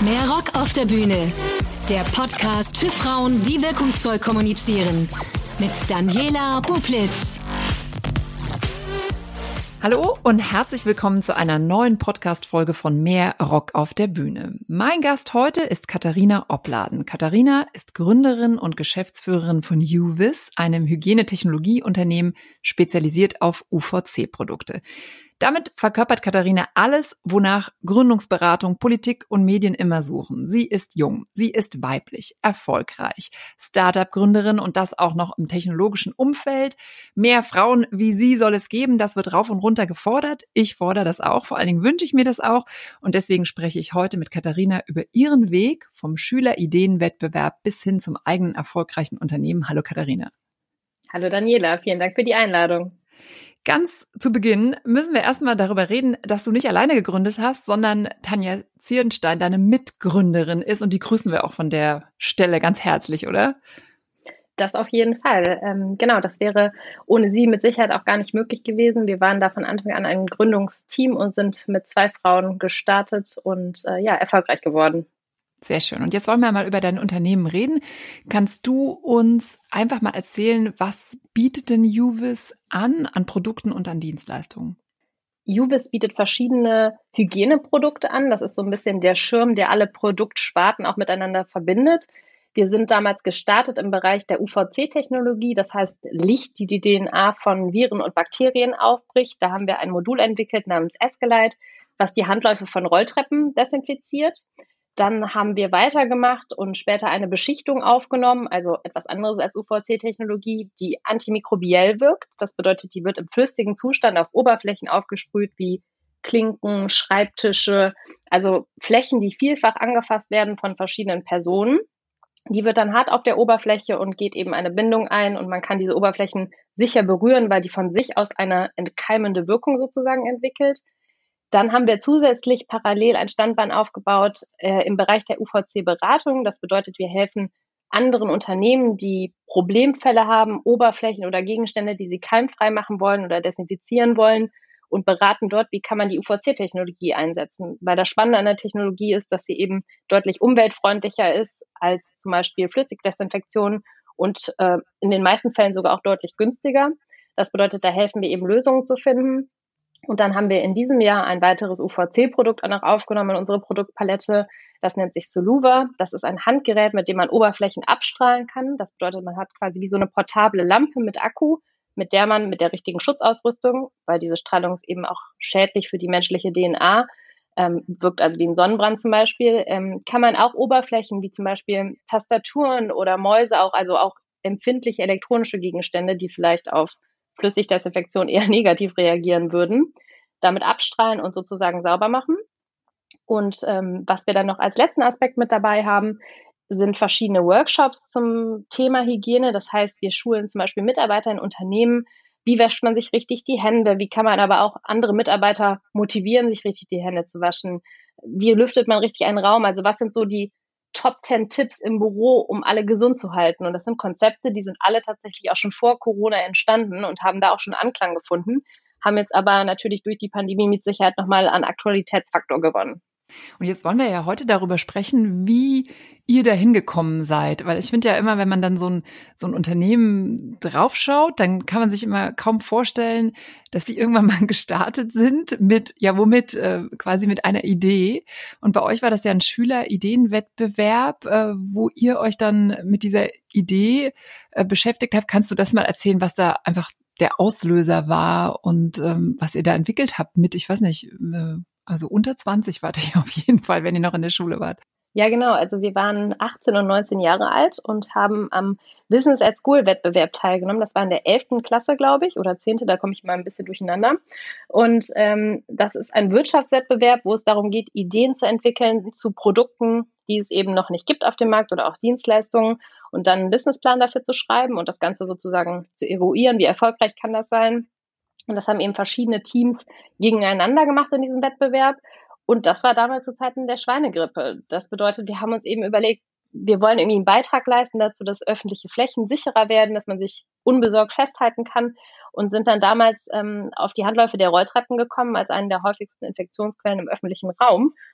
Mehr Rock auf der Bühne. Der Podcast für Frauen, die wirkungsvoll kommunizieren. Mit Daniela Bublitz. Hallo und herzlich willkommen zu einer neuen Podcast-Folge von Mehr Rock auf der Bühne. Mein Gast heute ist Katharina Opladen. Katharina ist Gründerin und Geschäftsführerin von UVIS, einem Hygienetechnologieunternehmen spezialisiert auf UVC-Produkte. Damit verkörpert Katharina alles, wonach Gründungsberatung, Politik und Medien immer suchen. Sie ist jung, sie ist weiblich, erfolgreich, Startup-Gründerin und das auch noch im technologischen Umfeld. Mehr Frauen wie sie soll es geben, das wird rauf und runter gefordert. Ich fordere das auch, vor allen Dingen wünsche ich mir das auch. Und deswegen spreche ich heute mit Katharina über ihren Weg vom Schülerideenwettbewerb bis hin zum eigenen erfolgreichen Unternehmen. Hallo Katharina. Hallo Daniela, vielen Dank für die Einladung. Ganz zu Beginn müssen wir erstmal darüber reden, dass du nicht alleine gegründet hast, sondern Tanja Zierenstein deine Mitgründerin ist und die grüßen wir auch von der Stelle ganz herzlich, oder? Das auf jeden Fall. Genau, das wäre ohne sie mit Sicherheit auch gar nicht möglich gewesen. Wir waren da von Anfang an ein Gründungsteam und sind mit 2 Frauen gestartet und erfolgreich geworden. Sehr schön. Und jetzt wollen wir mal über dein Unternehmen reden. Kannst du uns einfach mal erzählen, was bietet denn UVIS an Produkten und an Dienstleistungen? UVIS bietet verschiedene Hygieneprodukte an. Das ist so ein bisschen der Schirm, der alle Produktsparten auch miteinander verbindet. Wir sind damals gestartet im Bereich der UVC-Technologie, das heißt Licht, die die DNA von Viren und Bakterien aufbricht. Da haben wir ein Modul entwickelt namens Escalite, was die Handläufe von Rolltreppen desinfiziert. Dann haben wir weitergemacht und später eine Beschichtung aufgenommen, also etwas anderes als UVC-Technologie, die antimikrobiell wirkt. Das bedeutet, die wird im flüssigen Zustand auf Oberflächen aufgesprüht, wie Klinken, Schreibtische, also Flächen, die vielfach angefasst werden von verschiedenen Personen. Die wird dann hart auf der Oberfläche und geht eben eine Bindung ein und man kann diese Oberflächen sicher berühren, weil die von sich aus eine entkeimende Wirkung sozusagen entwickelt. Dann haben wir zusätzlich parallel ein Standbein aufgebaut im Bereich der UVC-Beratung. Das bedeutet, wir helfen anderen Unternehmen, die Problemfälle haben, Oberflächen oder Gegenstände, die sie keimfrei machen wollen oder desinfizieren wollen und beraten dort, wie kann man die UVC-Technologie einsetzen. Weil das Spannende an der Technologie ist, dass sie eben deutlich umweltfreundlicher ist als zum Beispiel Flüssigdesinfektion und in den meisten Fällen sogar auch deutlich günstiger. Das bedeutet, da helfen wir eben Lösungen zu finden. Und dann haben wir in diesem Jahr ein weiteres UVC-Produkt auch noch aufgenommen in unsere Produktpalette. Das nennt sich Soluva. Das ist ein Handgerät, mit dem man Oberflächen abstrahlen kann. Das bedeutet, man hat quasi wie so eine portable Lampe mit Akku, mit der man mit der richtigen Schutzausrüstung, weil diese Strahlung ist eben auch schädlich für die menschliche DNA, wirkt also wie ein Sonnenbrand zum Beispiel, kann man auch Oberflächen wie zum Beispiel Tastaturen oder Mäuse, also auch empfindliche elektronische Gegenstände, die vielleicht auf Flüssigdesinfektion eher negativ reagieren würden, damit abstrahlen und sozusagen sauber machen. Und was wir dann noch als letzten Aspekt mit dabei haben, sind verschiedene Workshops zum Thema Hygiene. Das heißt, wir schulen zum Beispiel Mitarbeiter in Unternehmen, wie wäscht man sich richtig die Hände, wie kann man aber auch andere Mitarbeiter motivieren, sich richtig die Hände zu waschen, wie lüftet man richtig einen Raum, also was sind so die Top 10 Tipps im Büro, um alle gesund zu halten. Und das sind Konzepte, die sind alle tatsächlich auch schon vor Corona entstanden und haben da auch schon Anklang gefunden, haben jetzt aber natürlich durch die Pandemie mit Sicherheit nochmal an Aktualitätsfaktor gewonnen. Und jetzt wollen wir ja heute darüber sprechen, wie ihr da hingekommen seid. Weil ich finde ja immer, wenn man dann so ein Unternehmen draufschaut, dann kann man sich immer kaum vorstellen, dass die irgendwann mal gestartet sind womit? Quasi mit einer Idee. Und bei euch war das ja ein Schülerideenwettbewerb, wo ihr euch dann mit dieser Idee beschäftigt habt. Kannst du das mal erzählen, was da einfach der Auslöser war und was ihr da entwickelt habt mit, ich weiß nicht, also unter 20 wart ihr auf jeden Fall, wenn ihr noch in der Schule wart. Ja, genau. Also wir waren 18 und 19 Jahre alt und haben am Business at School Wettbewerb teilgenommen. Das war in der 11. Klasse, glaube ich, oder 10., da komme ich mal ein bisschen durcheinander. Und das ist ein Wirtschaftswettbewerb, wo es darum geht, Ideen zu entwickeln zu Produkten, die es eben noch nicht gibt auf dem Markt oder auch Dienstleistungen und dann einen Businessplan dafür zu schreiben und das Ganze sozusagen zu eruieren, wie erfolgreich kann das sein. Und das haben eben verschiedene Teams gegeneinander gemacht in diesem Wettbewerb. Und das war damals zu Zeiten der Schweinegrippe. Das bedeutet, wir haben uns eben überlegt, wir wollen irgendwie einen Beitrag leisten dazu, dass öffentliche Flächen sicherer werden, dass man sich unbesorgt festhalten kann und sind dann damals auf die Handläufe der Rolltreppen gekommen als eine der häufigsten Infektionsquellen im öffentlichen Raum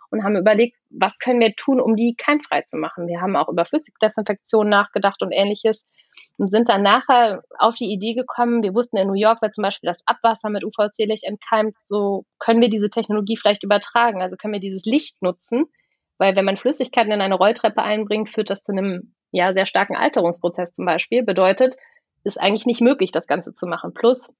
und haben überlegt, was können wir tun, um die keimfrei zu machen. Wir haben auch über Flüssigdesinfektion nachgedacht und Ähnliches und sind dann nachher auf die Idee gekommen, wir wussten, in New York wird zum Beispiel das Abwasser mit UVC-Licht entkeimt, so können wir diese Technologie vielleicht übertragen, also können wir dieses Licht nutzen, weil wenn man Flüssigkeiten in eine Rolltreppe einbringt, führt das zu einem sehr starken Alterungsprozess zum Beispiel, bedeutet, ist eigentlich nicht möglich, das Ganze zu machen. Plus,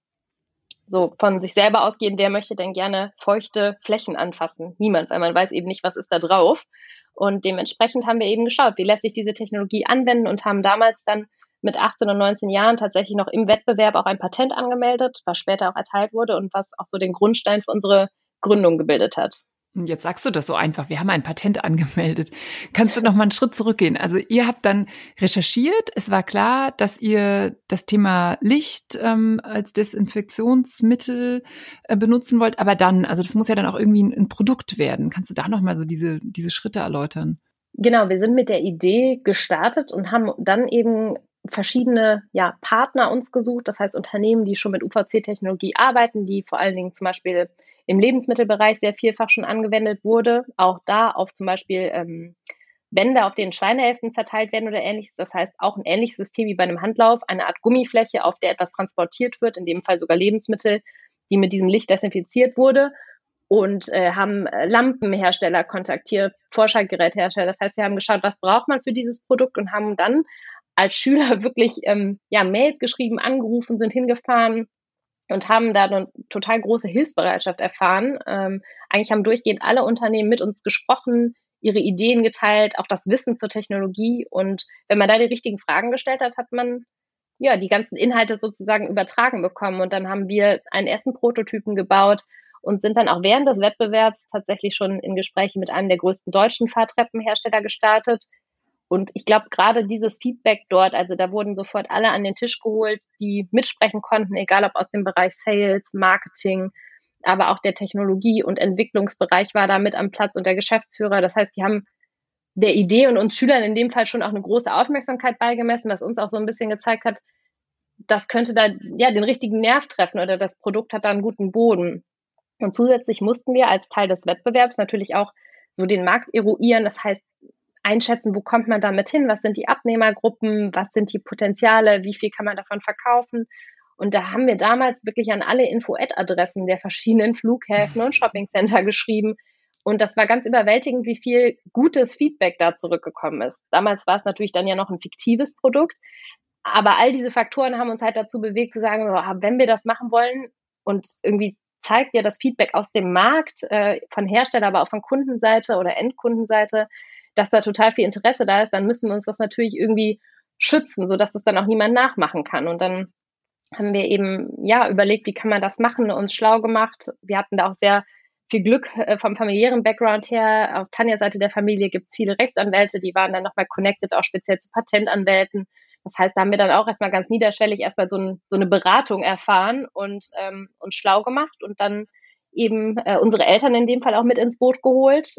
so von sich selber ausgehen, wer möchte denn gerne feuchte Flächen anfassen? Niemand, weil man weiß eben nicht, was ist da drauf. Und dementsprechend haben wir eben geschaut, wie lässt sich diese Technologie anwenden und haben damals dann mit 18 und 19 Jahren tatsächlich noch im Wettbewerb auch ein Patent angemeldet, was später auch erteilt wurde und was auch so den Grundstein für unsere Gründung gebildet hat. Jetzt sagst du das so einfach. Wir haben ein Patent angemeldet. Kannst du noch mal einen Schritt zurückgehen? Also ihr habt dann recherchiert. Es war klar, dass ihr das Thema Licht als Desinfektionsmittel benutzen wollt. Aber dann, also das muss ja dann auch irgendwie ein Produkt werden. Kannst du da noch mal so diese Schritte erläutern? Genau, wir sind mit der Idee gestartet und haben dann eben verschiedene Partner uns gesucht. Das heißt Unternehmen, die schon mit UVC-Technologie arbeiten, die vor allen Dingen zum Beispiel im Lebensmittelbereich sehr vielfach schon angewendet wurde, auch da auf zum Beispiel Bänder, auf denen Schweinehälften zerteilt werden oder ähnliches. Das heißt auch ein ähnliches System wie bei einem Handlauf, eine Art Gummifläche, auf der etwas transportiert wird, in dem Fall sogar Lebensmittel, die mit diesem Licht desinfiziert wurde und haben Lampenhersteller kontaktiert, Forschergeräthersteller. Das heißt, wir haben geschaut, was braucht man für dieses Produkt und haben dann als Schüler wirklich Mails geschrieben, angerufen, sind hingefahren, und haben da eine total große Hilfsbereitschaft erfahren. Eigentlich haben durchgehend alle Unternehmen mit uns gesprochen, ihre Ideen geteilt, auch das Wissen zur Technologie. Und wenn man da die richtigen Fragen gestellt hat, hat man die ganzen Inhalte sozusagen übertragen bekommen. Und dann haben wir einen ersten Prototypen gebaut und sind dann auch während des Wettbewerbs tatsächlich schon in Gespräche mit einem der größten deutschen Fahrtreppenhersteller gestartet. Und ich glaube, gerade dieses Feedback dort, also da wurden sofort alle an den Tisch geholt, die mitsprechen konnten, egal ob aus dem Bereich Sales, Marketing, aber auch der Technologie- und Entwicklungsbereich war da mit am Platz und der Geschäftsführer. Das heißt, die haben der Idee und uns Schülern in dem Fall schon auch eine große Aufmerksamkeit beigemessen, was uns auch so ein bisschen gezeigt hat, das könnte da den richtigen Nerv treffen oder das Produkt hat da einen guten Boden. Und zusätzlich mussten wir als Teil des Wettbewerbs natürlich auch so den Markt eruieren. Das heißt, einschätzen, wo kommt man damit hin, was sind die Abnehmergruppen, was sind die Potenziale, wie viel kann man davon verkaufen. Und da haben wir damals wirklich an alle Info-Ad-Adressen der verschiedenen Flughäfen und Shoppingcenter geschrieben. Und das war ganz überwältigend, wie viel gutes Feedback da zurückgekommen ist. Damals war es natürlich dann ja noch ein fiktives Produkt. Aber all diese Faktoren haben uns halt dazu bewegt zu sagen, wenn wir das machen wollen und irgendwie zeigt ja das Feedback aus dem Markt von Hersteller, aber auch von Kundenseite oder Endkundenseite, dass da total viel Interesse da ist, dann müssen wir uns das natürlich irgendwie schützen, sodass das dann auch niemand nachmachen kann. Und dann haben wir eben überlegt, wie kann man das machen, uns schlau gemacht. Wir hatten da auch sehr viel Glück vom familiären Background her. Auf Tanjas Seite der Familie gibt es viele Rechtsanwälte, die waren dann nochmal connected, auch speziell zu Patentanwälten. Das heißt, da haben wir dann auch erstmal ganz niederschwellig erstmal so eine Beratung erfahren und uns schlau gemacht und dann eben unsere Eltern in dem Fall auch mit ins Boot geholt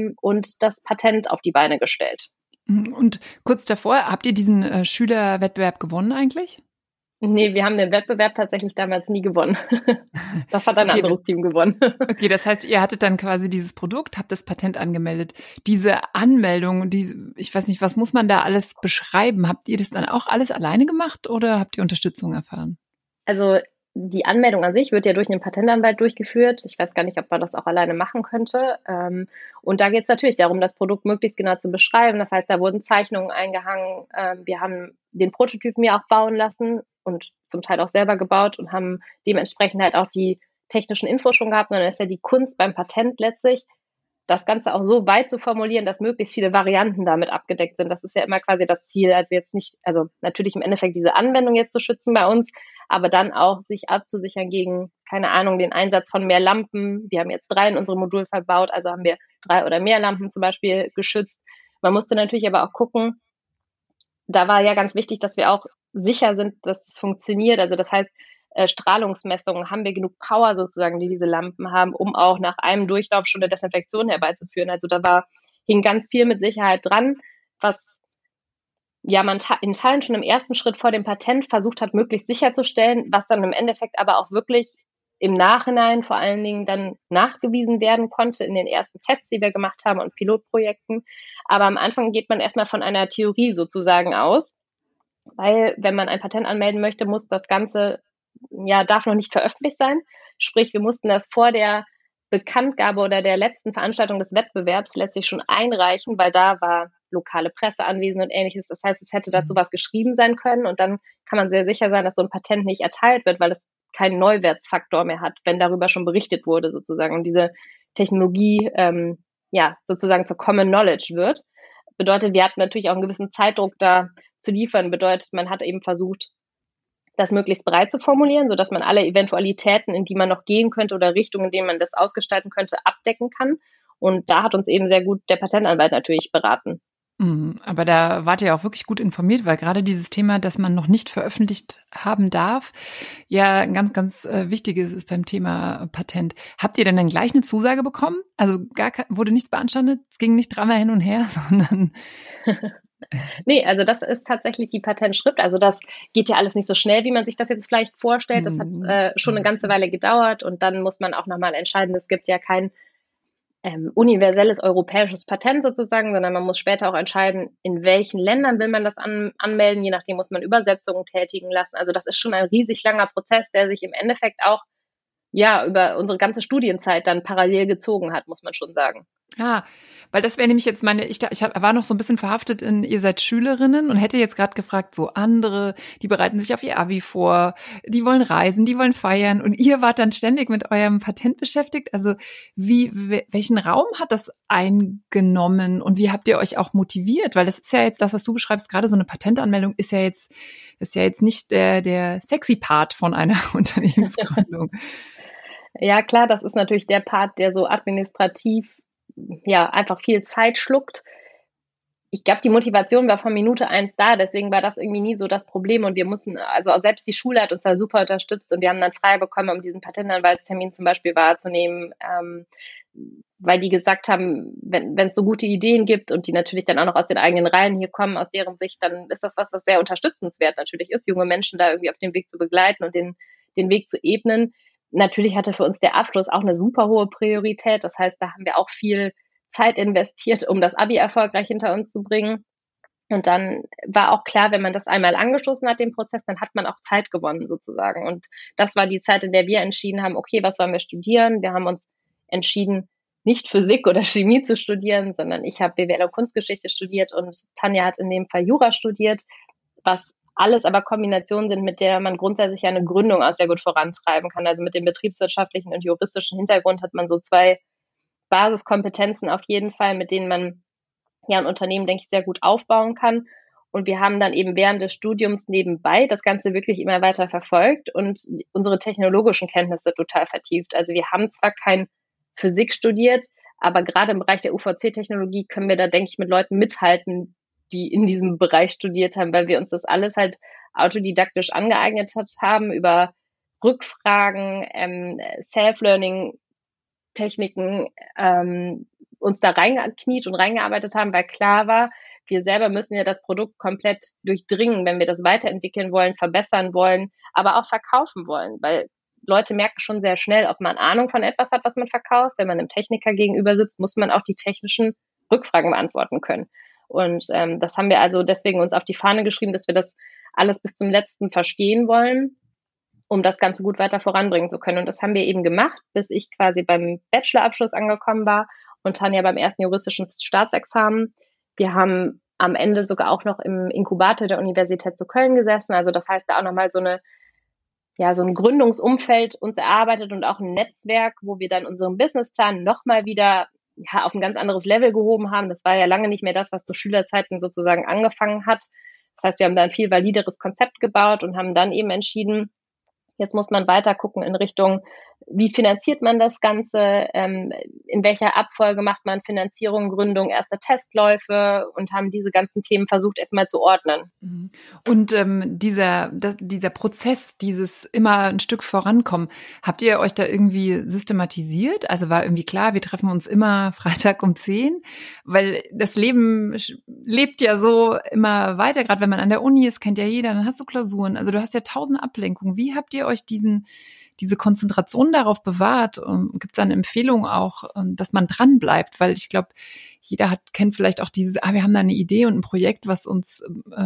und das Patent auf die Beine gestellt. Und kurz davor, habt ihr diesen Schülerwettbewerb gewonnen eigentlich? Nee, wir haben den Wettbewerb tatsächlich damals nie gewonnen. Das hat ein anderes Team gewonnen. Okay, das heißt, ihr hattet dann quasi dieses Produkt, habt das Patent angemeldet. Diese Anmeldung, ich weiß nicht, was muss man da alles beschreiben? Habt ihr das dann auch alles alleine gemacht oder habt ihr Unterstützung erfahren? Also die Anmeldung an sich wird ja durch einen Patentanwalt durchgeführt. Ich weiß gar nicht, ob man das auch alleine machen könnte. Und da geht es natürlich darum, das Produkt möglichst genau zu beschreiben. Das heißt, da wurden Zeichnungen eingehangen. Wir haben den Prototypen ja auch bauen lassen und zum Teil auch selber gebaut und haben dementsprechend halt auch die technischen Infos schon gehabt. Und dann ist ja die Kunst beim Patent letztlich, das Ganze auch so weit zu formulieren, dass möglichst viele Varianten damit abgedeckt sind. Das ist ja immer quasi das Ziel. Also jetzt nicht, also natürlich im Endeffekt diese Anwendung jetzt zu schützen bei uns, aber dann auch sich abzusichern gegen, keine Ahnung, den Einsatz von mehr Lampen. Wir haben jetzt 3 in unserem Modul verbaut, also haben wir 3 oder mehr Lampen zum Beispiel geschützt. Man musste natürlich aber auch gucken, da war ja ganz wichtig, dass wir auch sicher sind, dass es funktioniert. Also das heißt, Strahlungsmessungen, haben wir genug Power sozusagen, die diese Lampen haben, um auch nach einem Durchlauf schon eine Desinfektion herbeizuführen. Also da hing ganz viel mit Sicherheit dran, was man in Teilen schon im ersten Schritt vor dem Patent versucht hat, möglichst sicherzustellen, was dann im Endeffekt aber auch wirklich im Nachhinein vor allen Dingen dann nachgewiesen werden konnte in den ersten Tests, die wir gemacht haben und Pilotprojekten. Aber am Anfang geht man erstmal von einer Theorie sozusagen aus, weil wenn man ein Patent anmelden möchte, muss das Ganze, darf noch nicht veröffentlicht sein. Sprich, wir mussten das vor der Bekanntgabe oder der letzten Veranstaltung des Wettbewerbs letztlich schon einreichen, weil da war lokale Presse anwesend und Ähnliches. Das heißt, es hätte dazu was geschrieben sein können und dann kann man sehr sicher sein, dass so ein Patent nicht erteilt wird, weil es keinen Neuwertsfaktor mehr hat, wenn darüber schon berichtet wurde sozusagen und diese Technologie sozusagen zur Common Knowledge wird. Bedeutet, wir hatten natürlich auch einen gewissen Zeitdruck da zu liefern. Bedeutet, man hat eben versucht, das möglichst breit zu formulieren, sodass man alle Eventualitäten, in die man noch gehen könnte oder Richtungen, in denen man das ausgestalten könnte, abdecken kann. Und da hat uns eben sehr gut der Patentanwalt natürlich beraten. Aber da wart ihr auch wirklich gut informiert, weil gerade dieses Thema, das man noch nicht veröffentlicht haben darf, ja ein ganz, ganz wichtiges ist beim Thema Patent. Habt ihr denn dann gleich eine Zusage bekommen? Also wurde nichts beanstandet? Es ging nicht dreimal hin und her, sondern... Nee, also das ist tatsächlich die Patentschrift. Also das geht ja alles nicht so schnell, wie man sich das jetzt vielleicht vorstellt. Das hat schon eine ganze Weile gedauert und dann muss man auch nochmal entscheiden, es gibt ja kein universelles europäisches Patent sozusagen, sondern man muss später auch entscheiden, in welchen Ländern will man das anmelden. Je nachdem muss man Übersetzungen tätigen lassen. Also das ist schon ein riesig langer Prozess, der sich im Endeffekt auch über unsere ganze Studienzeit dann parallel gezogen hat, muss man schon sagen. Ah, weil das wäre nämlich jetzt ich war noch so ein bisschen verhaftet in, ihr seid Schülerinnen und hätte jetzt gerade gefragt, so andere, die bereiten sich auf ihr Abi vor, die wollen reisen, die wollen feiern und ihr wart dann ständig mit eurem Patent beschäftigt. Also welchen Raum hat das eingenommen und wie habt ihr euch auch motiviert? Weil das ist ja jetzt das, was du beschreibst, gerade so eine Patentanmeldung ist ja jetzt nicht der sexy Part von einer Unternehmensgründung. Ja, klar, das ist natürlich der Part, der so administrativ einfach viel Zeit schluckt. Ich glaube, die Motivation war von Minute 1 da, deswegen war das irgendwie nie so das Problem und wir mussten, also selbst die Schule hat uns da super unterstützt und wir haben dann frei bekommen, um diesen Patentanwaltstermin zum Beispiel wahrzunehmen, weil die gesagt haben, wenn es so gute Ideen gibt und die natürlich dann auch noch aus den eigenen Reihen hier kommen, aus deren Sicht, dann ist das was sehr unterstützenswert natürlich ist, junge Menschen da irgendwie auf dem Weg zu begleiten und den Weg zu ebnen. Natürlich hatte für uns der Abschluss auch eine super hohe Priorität. Das heißt, da haben wir auch viel Zeit investiert, um das Abi erfolgreich hinter uns zu bringen. Und dann war auch klar, wenn man das einmal angestoßen hat, den Prozess, dann hat man auch Zeit gewonnen sozusagen. Und das war die Zeit, in der wir entschieden haben, okay, was wollen wir studieren? Wir haben uns entschieden, nicht Physik oder Chemie zu studieren, sondern ich habe BWL und Kunstgeschichte studiert und Tanja hat in dem Fall Jura studiert, was alles aber Kombinationen sind, mit der man grundsätzlich eine Gründung auch sehr gut vorantreiben kann. Also mit dem betriebswirtschaftlichen und juristischen Hintergrund hat man so 2 Basiskompetenzen auf jeden Fall, mit denen man ein Unternehmen, denke ich, sehr gut aufbauen kann. Und wir haben dann eben während des Studiums nebenbei das Ganze wirklich immer weiter verfolgt und unsere technologischen Kenntnisse total vertieft. Also wir haben zwar kein Physik studiert, aber gerade im Bereich der UVC-Technologie können wir da, denke ich, mit Leuten mithalten, die in diesem Bereich studiert haben, weil wir uns das alles halt autodidaktisch angeeignet haben, über Rückfragen, Self-Learning-Techniken uns da reingekniet und reingearbeitet haben, weil klar war, wir selber müssen ja das Produkt komplett durchdringen, wenn wir das weiterentwickeln wollen, verbessern wollen, aber auch verkaufen wollen, weil Leute merken schon sehr schnell, ob man Ahnung von etwas hat, was man verkauft. Wenn man einem Techniker gegenüber sitzt, muss man auch die technischen Rückfragen beantworten können. Und das haben wir also deswegen uns auf die Fahne geschrieben, dass wir das alles bis zum Letzten verstehen wollen, um das Ganze gut weiter voranbringen zu können. Und das haben wir eben gemacht, bis ich quasi beim Bachelorabschluss angekommen war und Tanja beim ersten juristischen Staatsexamen. Wir haben am Ende sogar auch noch im Inkubator der Universität zu Köln gesessen. Also das heißt, da auch nochmal so ein Gründungsumfeld uns erarbeitet und auch ein Netzwerk, wo wir dann unseren Businessplan nochmal wieder auf ein ganz anderes Level gehoben haben. Das war ja lange nicht mehr das, was zu Schülerzeiten sozusagen angefangen hat. Das heißt, wir haben da ein viel valideres Konzept gebaut und haben dann eben entschieden, jetzt muss man weiter gucken in Richtung, wie finanziert man das Ganze, in welcher Abfolge macht man Finanzierung, Gründung, erste Testläufe und haben diese ganzen Themen versucht erstmal zu ordnen. Und dieser Prozess, dieses immer ein Stück vorankommen, habt ihr euch da irgendwie systematisiert? Also war irgendwie klar, wir treffen uns immer Freitag um 10, weil das Leben lebt ja so immer weiter, gerade wenn man an der Uni ist, kennt ja jeder, dann hast du Klausuren, also du hast ja 1000 Ablenkungen. Wie habt ihr euch diesen diese Konzentration darauf bewahrt? Gibt es eine Empfehlung auch, dass man dran bleibt? Weil ich glaube, jeder kennt vielleicht auch dieses, wir haben da eine Idee und ein Projekt, was uns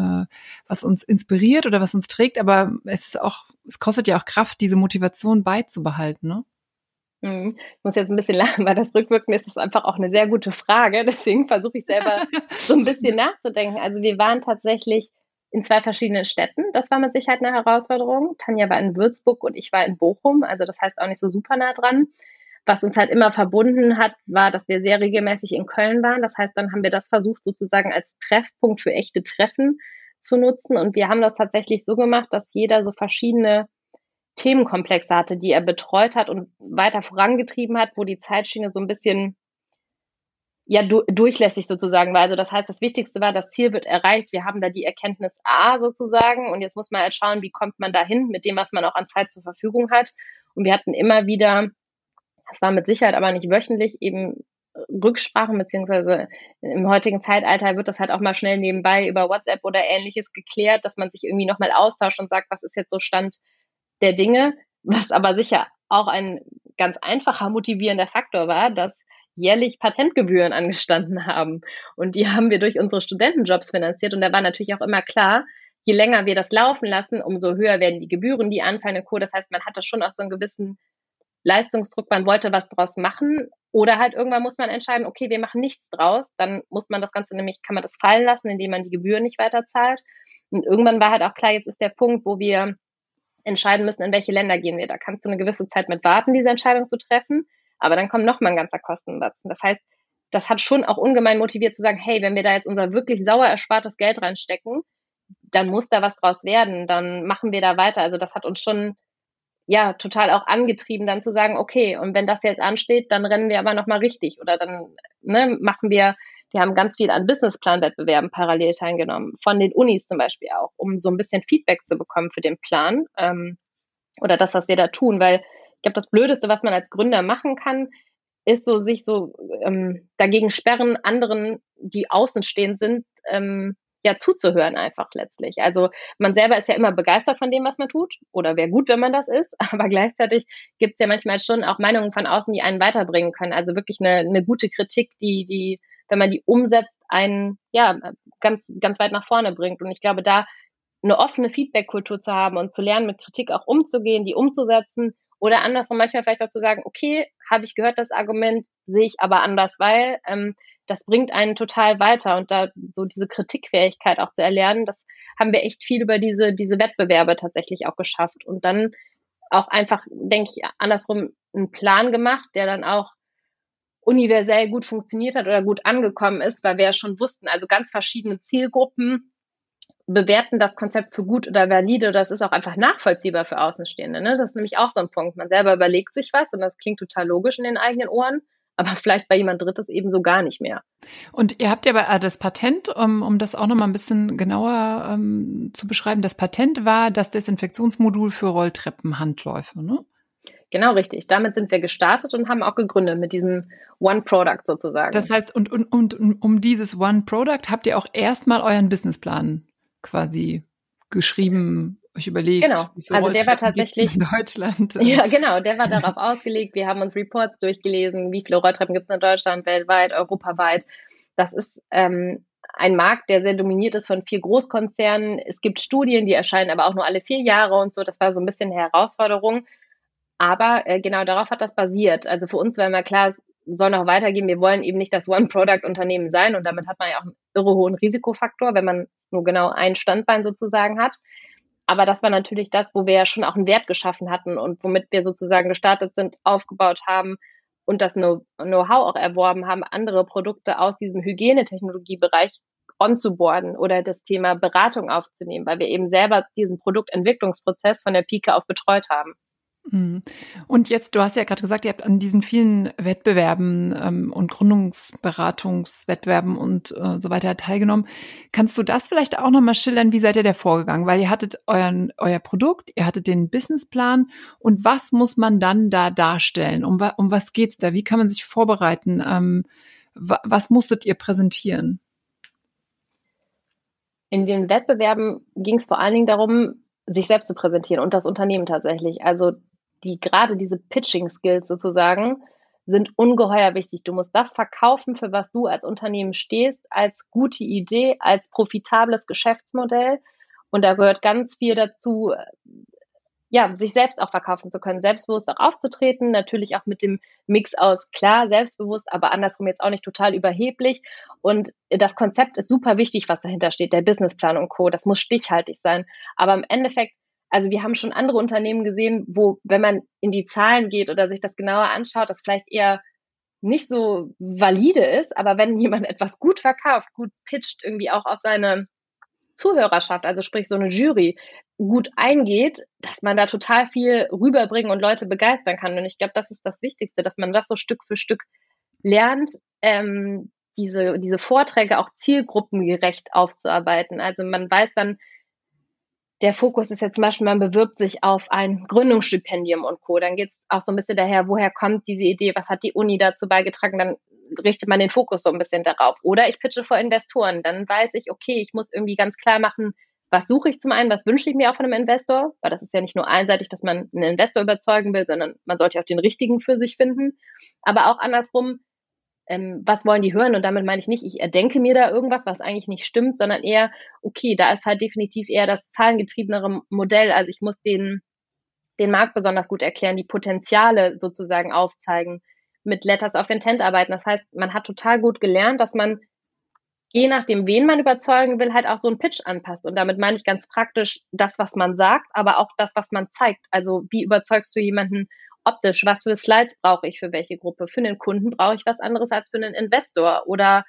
inspiriert oder was uns trägt, aber es kostet ja auch Kraft, diese Motivation beizubehalten, ne? Ich muss jetzt ein bisschen lachen, weil das Rückwirkend ist das einfach auch eine sehr gute Frage. Deswegen versuche ich selber so ein bisschen nachzudenken. Also wir waren tatsächlich in 2 verschiedenen Städten. Das war mit Sicherheit eine Herausforderung. Tanja war in Würzburg und ich war in Bochum. Also das heißt auch nicht so super nah dran. Was uns halt immer verbunden hat, war, dass wir sehr regelmäßig in Köln waren. Das heißt, dann haben wir das versucht, sozusagen als Treffpunkt für echte Treffen zu nutzen. Und wir haben das tatsächlich so gemacht, dass jeder so verschiedene Themenkomplexe hatte, die er betreut hat und weiter vorangetrieben hat, wo die Zeitschiene so ein bisschen durchlässig sozusagen war. Also das heißt, das Wichtigste war, das Ziel wird erreicht. Wir haben da die Erkenntnis A sozusagen und jetzt muss man halt schauen, wie kommt man dahin mit dem, was man auch an Zeit zur Verfügung hat. Und wir hatten immer wieder, das war mit Sicherheit aber nicht wöchentlich, eben Rücksprachen, beziehungsweise im heutigen Zeitalter wird das halt auch mal schnell nebenbei über WhatsApp oder Ähnliches geklärt, dass man sich irgendwie nochmal austauscht und sagt, was ist jetzt so Stand der Dinge, was aber sicher auch ein ganz einfacher motivierender Faktor war, dass jährlich Patentgebühren angestanden haben. Und die haben wir durch unsere Studentenjobs finanziert. Und da war natürlich auch immer klar, je länger wir das laufen lassen, umso höher werden die Gebühren, die anfallen und Co. Das heißt, man hatte schon auch so einen gewissen Leistungsdruck, man wollte was draus machen. Oder halt irgendwann muss man entscheiden, okay, wir machen nichts draus. Dann muss man das Ganze nämlich, kann man das fallen lassen, indem man die Gebühren nicht weiter zahlt. Und irgendwann war halt auch klar, jetzt ist der Punkt, wo wir entscheiden müssen, in welche Länder gehen wir. Da kannst du eine gewisse Zeit mit warten, diese Entscheidung zu treffen, aber dann kommt nochmal ein ganzer Kostenbatzen. Das heißt, das hat schon auch ungemein motiviert zu sagen, hey, wenn wir da jetzt unser wirklich sauer erspartes Geld reinstecken, dann muss da was draus werden, dann machen wir da weiter. Also das hat uns schon total auch angetrieben, dann zu sagen, okay, und wenn das jetzt ansteht, dann rennen wir aber nochmal richtig oder dann machen wir haben ganz viel an Businessplan-Wettbewerben parallel teilgenommen, von den Unis zum Beispiel auch, um so ein bisschen Feedback zu bekommen für den Plan oder das, was wir da tun, weil ich glaube, das Blödeste, was man als Gründer machen kann, ist so sich so dagegen sperren, anderen, die außenstehend sind, zuzuhören einfach letztlich. Also man selber ist ja immer begeistert von dem, was man tut oder wäre gut, wenn man das ist, aber gleichzeitig gibt es ja manchmal schon auch Meinungen von außen, die einen weiterbringen können. Also wirklich eine gute Kritik, die wenn man die umsetzt, einen ganz, ganz weit nach vorne bringt. Und ich glaube, da eine offene Feedback-Kultur zu haben und zu lernen, mit Kritik auch umzugehen, die umzusetzen oder andersrum manchmal vielleicht auch zu sagen, okay, habe ich gehört, das Argument, sehe ich aber anders, weil das bringt einen total weiter und da so diese Kritikfähigkeit auch zu erlernen, das haben wir echt viel über diese Wettbewerbe tatsächlich auch geschafft und dann auch einfach, denke ich, andersrum einen Plan gemacht, der dann auch universell gut funktioniert hat oder gut angekommen ist, weil wir ja schon wussten, also ganz verschiedene Zielgruppen bewerten das Konzept für gut oder valide. Das ist auch einfach nachvollziehbar für Außenstehende. Ne? Das ist nämlich auch so ein Punkt. Man selber überlegt sich was und das klingt total logisch in den eigenen Ohren, aber vielleicht bei jemand Drittes eben so gar nicht mehr. Und ihr habt ja aber das Patent, um das auch nochmal ein bisschen genauer zu beschreiben, das Patent war das Desinfektionsmodul für Rolltreppenhandläufe, ne? Genau, richtig. Damit sind wir gestartet und haben auch gegründet mit diesem One Product sozusagen. Das heißt, und um dieses One Product habt ihr auch erstmal euren Businessplan quasi geschrieben, euch überlegt. Genau, also der war tatsächlich in Deutschland. Ja, genau, der war darauf ausgelegt. Wir haben uns Reports durchgelesen, wie viele Rolltreppen gibt es in Deutschland, weltweit, europaweit. Das ist ein Markt, der sehr dominiert ist von 4 Großkonzernen. Es gibt Studien, die erscheinen aber auch nur alle 4 Jahre und so. Das war so ein bisschen eine Herausforderung. Aber genau darauf hat das basiert. Also für uns war immer klar, es soll noch weitergehen. Wir wollen eben nicht das One-Product-Unternehmen sein. Und damit hat man ja auch einen irre hohen Risikofaktor, wenn man nur genau ein Standbein sozusagen hat. Aber das war natürlich das, wo wir ja schon auch einen Wert geschaffen hatten und womit wir sozusagen gestartet sind, aufgebaut haben und das Know-how auch erworben haben, andere Produkte aus diesem Hygienetechnologiebereich onzuboarden oder das Thema Beratung aufzunehmen, weil wir eben selber diesen Produktentwicklungsprozess von der Pike auf betreut haben. Und jetzt, du hast ja gerade gesagt, ihr habt an diesen vielen Wettbewerben und Gründungsberatungswettbewerben und so weiter teilgenommen. Kannst du das vielleicht auch nochmal schildern? Wie seid ihr da vorgegangen? Weil ihr hattet euer Produkt, ihr hattet den Businessplan und was muss man dann da darstellen? Um was geht's da? Wie kann man sich vorbereiten? Was musstet ihr präsentieren? In den Wettbewerben ging es vor allen Dingen darum, sich selbst zu präsentieren und das Unternehmen tatsächlich. Also gerade diese Pitching-Skills sozusagen sind ungeheuer wichtig. Du musst das verkaufen, für was du als Unternehmen stehst, als gute Idee, als profitables Geschäftsmodell. Und da gehört ganz viel dazu, ja, sich selbst auch verkaufen zu können, selbstbewusst auch aufzutreten, natürlich auch mit dem Mix aus, klar, selbstbewusst, aber andersrum jetzt auch nicht total überheblich. Und das Konzept ist super wichtig, was dahinter steht, der Businessplan und Co. Das muss stichhaltig sein. Aber im Endeffekt, also wir haben schon andere Unternehmen gesehen, wo, wenn man in die Zahlen geht oder sich das genauer anschaut, das vielleicht eher nicht so valide ist, aber wenn jemand etwas gut verkauft, gut pitcht, irgendwie auch auf seine Zuhörerschaft, also sprich so eine Jury, gut eingeht, dass man da total viel rüberbringen und Leute begeistern kann. Und ich glaube, das ist das Wichtigste, dass man das so Stück für Stück lernt, diese Vorträge auch zielgruppengerecht aufzuarbeiten. Also man weiß dann, der Fokus ist jetzt zum Beispiel, man bewirbt sich auf ein Gründungsstipendium und Co. Dann geht es auch so ein bisschen daher, woher kommt diese Idee, was hat die Uni dazu beigetragen, dann richtet man den Fokus so ein bisschen darauf. Oder ich pitche vor Investoren, dann weiß ich, okay, ich muss irgendwie ganz klar machen, was suche ich zum einen, was wünsche ich mir auch von einem Investor, weil das ist ja nicht nur einseitig, dass man einen Investor überzeugen will, sondern man sollte auch den richtigen für sich finden. Aber auch andersrum, was wollen die hören? Und damit meine ich nicht, ich erdenke mir da irgendwas, was eigentlich nicht stimmt, sondern eher, okay, da ist halt definitiv eher das zahlengetriebenere Modell. Also ich muss den Markt besonders gut erklären, die Potenziale sozusagen aufzeigen, mit Letters of Intent arbeiten. Das heißt, man hat total gut gelernt, dass man je nachdem, wen man überzeugen will, halt auch so einen Pitch anpasst. Und damit meine ich ganz praktisch das, was man sagt, aber auch das, was man zeigt. Also wie überzeugst du jemanden optisch? Was für Slides brauche ich für welche Gruppe? Für einen Kunden brauche ich was anderes als für einen Investor oder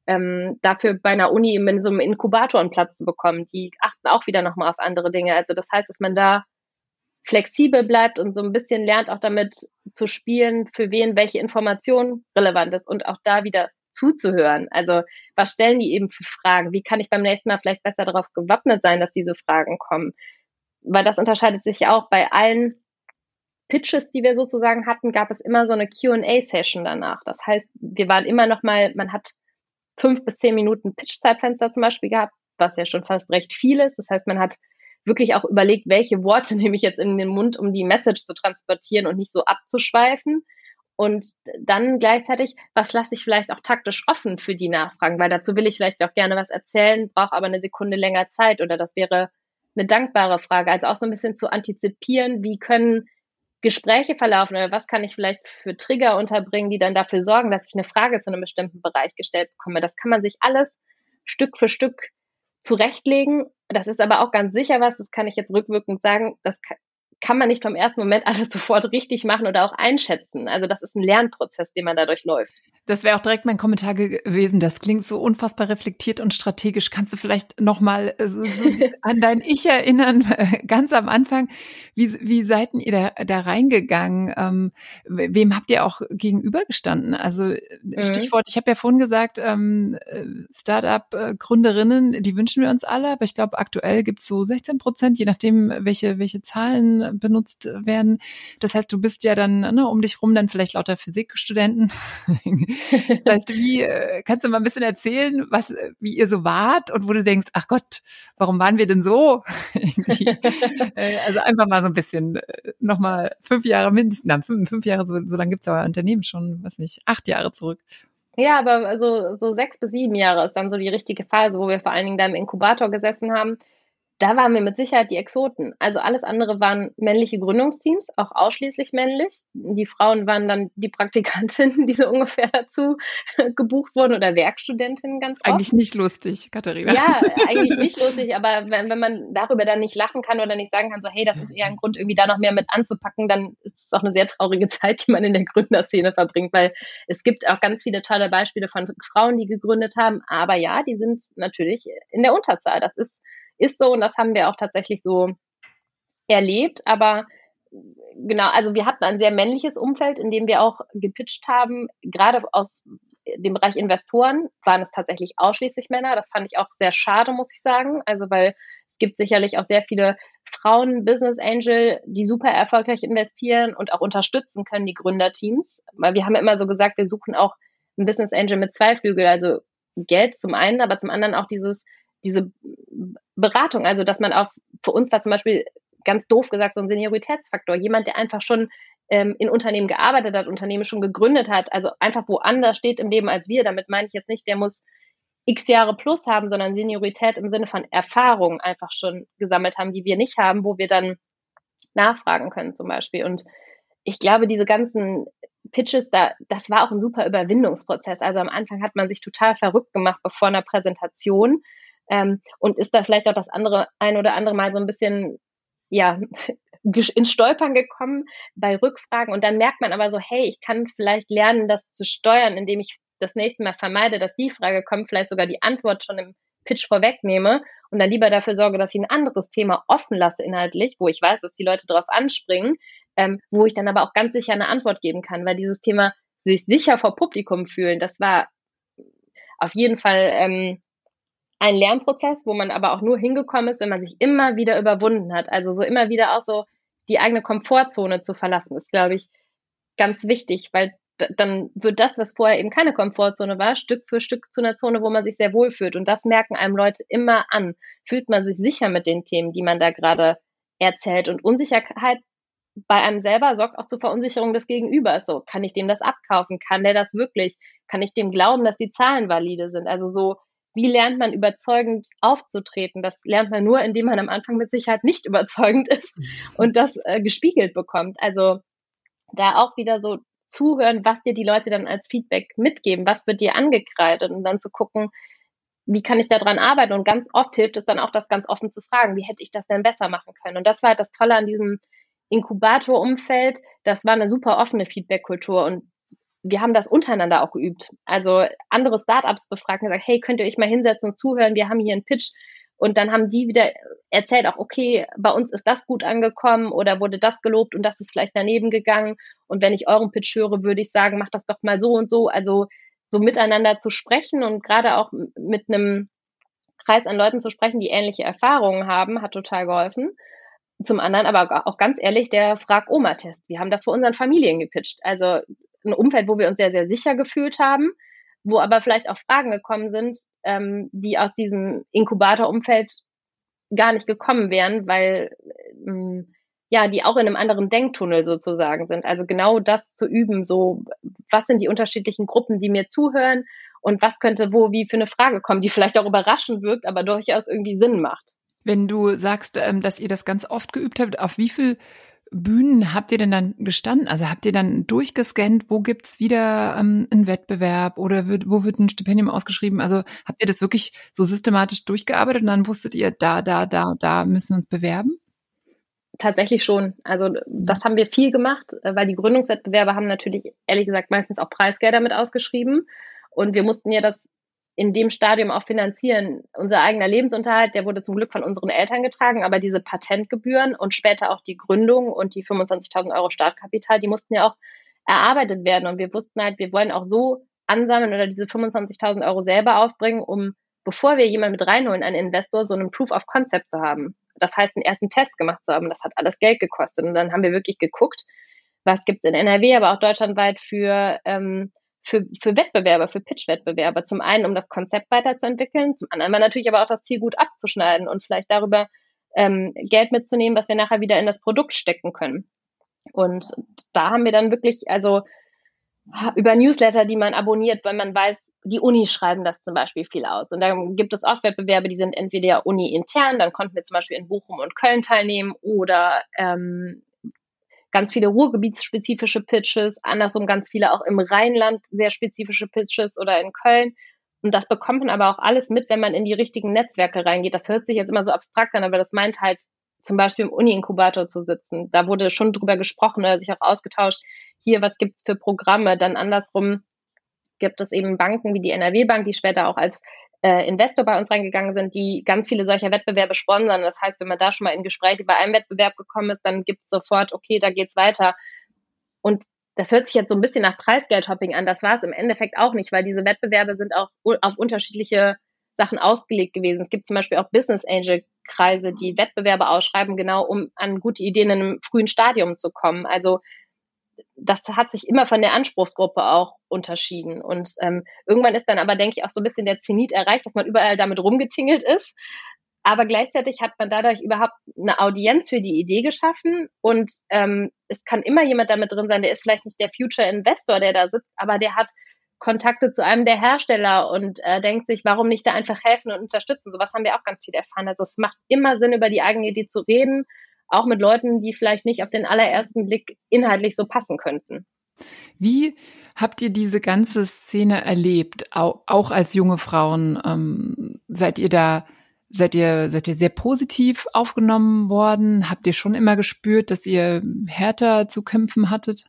dafür bei einer Uni in so einem Inkubator einen Platz zu bekommen. Die achten auch wieder nochmal auf andere Dinge. Also das heißt, dass man da flexibel bleibt und so ein bisschen lernt, auch damit zu spielen, für wen welche Information relevant ist und auch da wieder zuzuhören. Also was stellen die eben für Fragen? Wie kann ich beim nächsten Mal vielleicht besser darauf gewappnet sein, dass diese Fragen kommen? Weil das unterscheidet sich ja auch bei allen Pitches, die wir sozusagen hatten, gab es immer so eine Q&A-Session danach. Das heißt, wir waren immer noch mal, man hat 5 bis 10 Minuten Pitch-Zeitfenster zum Beispiel gehabt, was ja schon fast recht viel ist. Das heißt, man hat wirklich auch überlegt, welche Worte nehme ich jetzt in den Mund, um die Message zu transportieren und nicht so abzuschweifen. Und dann gleichzeitig, was lasse ich vielleicht auch taktisch offen für die Nachfragen, weil dazu will ich vielleicht auch gerne was erzählen, brauche aber eine Sekunde länger Zeit oder das wäre eine dankbare Frage. Also auch so ein bisschen zu antizipieren, wie können Gespräche verlaufen oder was kann ich vielleicht für Trigger unterbringen, die dann dafür sorgen, dass ich eine Frage zu einem bestimmten Bereich gestellt bekomme. Das kann man sich alles Stück für Stück zurechtlegen. Das ist aber auch ganz sicher was, das kann ich jetzt rückwirkend sagen, das kann man nicht vom ersten Moment alles sofort richtig machen oder auch einschätzen. Also das ist ein Lernprozess, den man dadurch läuft. Das wäre auch direkt mein Kommentar gewesen. Das klingt so unfassbar reflektiert und strategisch. Kannst du vielleicht noch mal so an dein Ich erinnern, ganz am Anfang? Wie seid ihr da reingegangen? Wem habt ihr auch gegenübergestanden? Also Stichwort, ich habe ja vorhin gesagt, Startup-Gründerinnen, die wünschen wir uns alle. Aber ich glaube, aktuell gibt es so 16%, je nachdem, welche Zahlen benutzt werden. Das heißt, du bist ja dann um dich rum dann vielleicht lauter Physikstudenten. Weißt du, kannst du mal ein bisschen erzählen, wie ihr so wart und wo du denkst, ach Gott, warum waren wir denn so? Also einfach mal so ein bisschen, nochmal 5 Jahre mindestens, 5 Jahre, so lange gibt's ja euer Unternehmen schon, 8 Jahre zurück. Ja, aber so 6 bis 7 Jahre ist dann so die richtige Phase, wo wir vor allen Dingen da im Inkubator gesessen haben. Da waren wir mit Sicherheit die Exoten. Also alles andere waren männliche Gründungsteams, auch ausschließlich männlich. Die Frauen waren dann die Praktikantinnen, die so ungefähr dazu gebucht wurden oder Werkstudentinnen ganz oft. Eigentlich nicht lustig, Katharina. Ja, eigentlich nicht lustig, aber wenn man darüber dann nicht lachen kann oder nicht sagen kann, so hey, das ist eher ein Grund, irgendwie da noch mehr mit anzupacken, dann ist es auch eine sehr traurige Zeit, die man in der Gründerszene verbringt, weil es gibt auch ganz viele tolle Beispiele von Frauen, die gegründet haben, aber ja, die sind natürlich in der Unterzahl. Das ist so und das haben wir auch tatsächlich so erlebt, aber genau, also wir hatten ein sehr männliches Umfeld, in dem wir auch gepitcht haben, gerade aus dem Bereich Investoren waren es tatsächlich ausschließlich Männer, das fand ich auch sehr schade, muss ich sagen, also weil es gibt sicherlich auch sehr viele Frauen, Business Angel, die super erfolgreich investieren und auch unterstützen können, die Gründerteams, weil wir haben ja immer so gesagt, wir suchen auch einen Business Angel mit 2 Flügel, also Geld zum einen, aber zum anderen auch diese Beratung, also dass man auch, für uns war zum Beispiel ganz doof gesagt, so ein Senioritätsfaktor. Jemand, der einfach schon in Unternehmen gearbeitet hat, Unternehmen schon gegründet hat, also einfach woanders steht im Leben als wir. Damit meine ich jetzt nicht, der muss x Jahre plus haben, sondern Seniorität im Sinne von Erfahrung einfach schon gesammelt haben, die wir nicht haben, wo wir dann nachfragen können zum Beispiel. Und ich glaube, diese ganzen Pitches, das war auch ein super Überwindungsprozess. Also am Anfang hat man sich total verrückt gemacht bevor einer Präsentation und ist da vielleicht auch das ein oder andere Mal so ein bisschen, ja, ins Stolpern gekommen bei Rückfragen. Und dann merkt man aber so, hey, ich kann vielleicht lernen, das zu steuern, indem ich das nächste Mal vermeide, dass die Frage kommt, vielleicht sogar die Antwort schon im Pitch vorwegnehme und dann lieber dafür sorge, dass ich ein anderes Thema offen lasse inhaltlich, wo ich weiß, dass die Leute drauf anspringen, wo ich dann aber auch ganz sicher eine Antwort geben kann, weil dieses Thema sich sicher vor Publikum fühlen, das war auf jeden Fall ein Lernprozess, wo man aber auch nur hingekommen ist, wenn man sich immer wieder überwunden hat. Also so immer wieder auch so die eigene Komfortzone zu verlassen, ist, glaube ich, ganz wichtig, weil dann wird das, was vorher eben keine Komfortzone war, Stück für Stück zu einer Zone, wo man sich sehr wohl fühlt. Und das merken einem Leute immer an. Fühlt man sich sicher mit den Themen, die man da gerade erzählt? Und Unsicherheit bei einem selber sorgt auch zur Verunsicherung des Gegenübers. So, kann ich dem das abkaufen? Kann der das wirklich? Kann ich dem glauben, dass die Zahlen valide sind? Also so, wie lernt man überzeugend aufzutreten? Das lernt man nur, indem man am Anfang mit Sicherheit nicht überzeugend ist und das gespiegelt bekommt. Also da auch wieder so zuhören, was dir die Leute dann als Feedback mitgeben, was wird dir angekreidet und dann zu gucken, wie kann ich da dran arbeiten? Und ganz oft hilft es dann auch, das ganz offen zu fragen, wie hätte ich das denn besser machen können? Und das war halt das Tolle an diesem Inkubator-Umfeld, das war eine super offene Feedback-Kultur und wir haben das untereinander auch geübt. Also andere Startups befragt und gesagt, hey, könnt ihr euch mal hinsetzen und zuhören, wir haben hier einen Pitch. Und dann haben die wieder erzählt, auch okay, bei uns ist das gut angekommen oder wurde das gelobt und das ist vielleicht daneben gegangen. Und wenn ich euren Pitch höre, würde ich sagen, macht das doch mal so und so. Also so miteinander zu sprechen und gerade auch mit einem Kreis an Leuten zu sprechen, die ähnliche Erfahrungen haben, hat total geholfen. Zum anderen aber auch ganz ehrlich, der Frag-Oma-Test. Wir haben das für unseren Familien gepitcht. Also ein Umfeld, wo wir uns sehr, sehr sicher gefühlt haben, wo aber vielleicht auch Fragen gekommen sind, die aus diesem Inkubator-Umfeld gar nicht gekommen wären, weil ja, die auch in einem anderen Denktunnel sozusagen sind. Also genau das zu üben, so was sind die unterschiedlichen Gruppen, die mir zuhören und was könnte wo wie für eine Frage kommen, die vielleicht auch überraschend wirkt, aber durchaus irgendwie Sinn macht. Wenn du sagst, dass ihr das ganz oft geübt habt, auf wie viel Bühnen habt ihr denn dann gestanden? Also habt ihr dann durchgescannt, wo gibt's wieder einen Wettbewerb oder wo wird ein Stipendium ausgeschrieben? Also habt ihr das wirklich so systematisch durchgearbeitet und dann wusstet ihr, da müssen wir uns bewerben? Tatsächlich schon. Also das haben wir viel gemacht, weil die Gründungswettbewerbe haben natürlich, ehrlich gesagt, meistens auch Preisgelder mit ausgeschrieben. Und wir mussten ja das in dem Stadium auch finanzieren. Unser eigener Lebensunterhalt, der wurde zum Glück von unseren Eltern getragen, aber diese Patentgebühren und später auch die Gründung und die 25.000 Euro Startkapital, die mussten ja auch erarbeitet werden. Und wir wussten halt, wir wollen auch so ansammeln oder diese 25.000 Euro selber aufbringen, um, bevor wir jemanden mit reinholen, einen Investor, so einen Proof of Concept zu haben. Das heißt, einen ersten Test gemacht zu haben. Das hat alles Geld gekostet. Und dann haben wir wirklich geguckt, was gibt's in NRW, aber auch deutschlandweit für Wettbewerber, für Pitch-Wettbewerber. Zum einen, um das Konzept weiterzuentwickeln, zum anderen natürlich aber auch das Ziel gut abzuschneiden und vielleicht darüber Geld mitzunehmen, was wir nachher wieder in das Produkt stecken können. Und da haben wir dann wirklich, also über Newsletter, die man abonniert, weil man weiß, die Uni schreiben das zum Beispiel viel aus. Und dann gibt es oft Wettbewerbe, die sind entweder uni-intern, dann konnten wir zum Beispiel in Bochum und Köln teilnehmen oder ganz viele ruhrgebietsspezifische Pitches, andersrum ganz viele auch im Rheinland sehr spezifische Pitches oder in Köln. Und das bekommt man aber auch alles mit, wenn man in die richtigen Netzwerke reingeht. Das hört sich jetzt immer so abstrakt an, aber das meint halt zum Beispiel im Uni-Inkubator zu sitzen. Da wurde schon drüber gesprochen oder sich auch ausgetauscht. Hier, was gibt's für Programme? Dann andersrum gibt es eben Banken wie die NRW-Bank, die später auch als Investor bei uns reingegangen sind, die ganz viele solcher Wettbewerbe sponsern. Das heißt, wenn man da schon mal in Gespräche bei einem Wettbewerb gekommen ist, dann gibt es sofort, okay, da geht's weiter. Und das hört sich jetzt so ein bisschen nach Preisgeldhopping an. Das war es im Endeffekt auch nicht, weil diese Wettbewerbe sind auch auf unterschiedliche Sachen ausgelegt gewesen. Es gibt zum Beispiel auch Business Angel Kreise, die Wettbewerbe ausschreiben, genau um an gute Ideen in einem frühen Stadium zu kommen. Also das hat sich immer von der Anspruchsgruppe auch unterschieden. Und irgendwann ist dann aber, denke ich, auch so ein bisschen der Zenit erreicht, dass man überall damit rumgetingelt ist. Aber gleichzeitig hat man dadurch überhaupt eine Audienz für die Idee geschaffen und es kann immer jemand damit drin sein, der ist vielleicht nicht der Future Investor, der da sitzt, aber der hat Kontakte zu einem der Hersteller und denkt sich, warum nicht da einfach helfen und unterstützen. Sowas haben wir auch ganz viel erfahren. Also es macht immer Sinn, über die eigene Idee zu reden, auch mit Leuten, die vielleicht nicht auf den allerersten Blick inhaltlich so passen könnten. Wie habt ihr diese ganze Szene erlebt, auch als junge Frauen? Seid ihr sehr positiv aufgenommen worden? Habt ihr schon immer gespürt, dass ihr härter zu kämpfen hattet?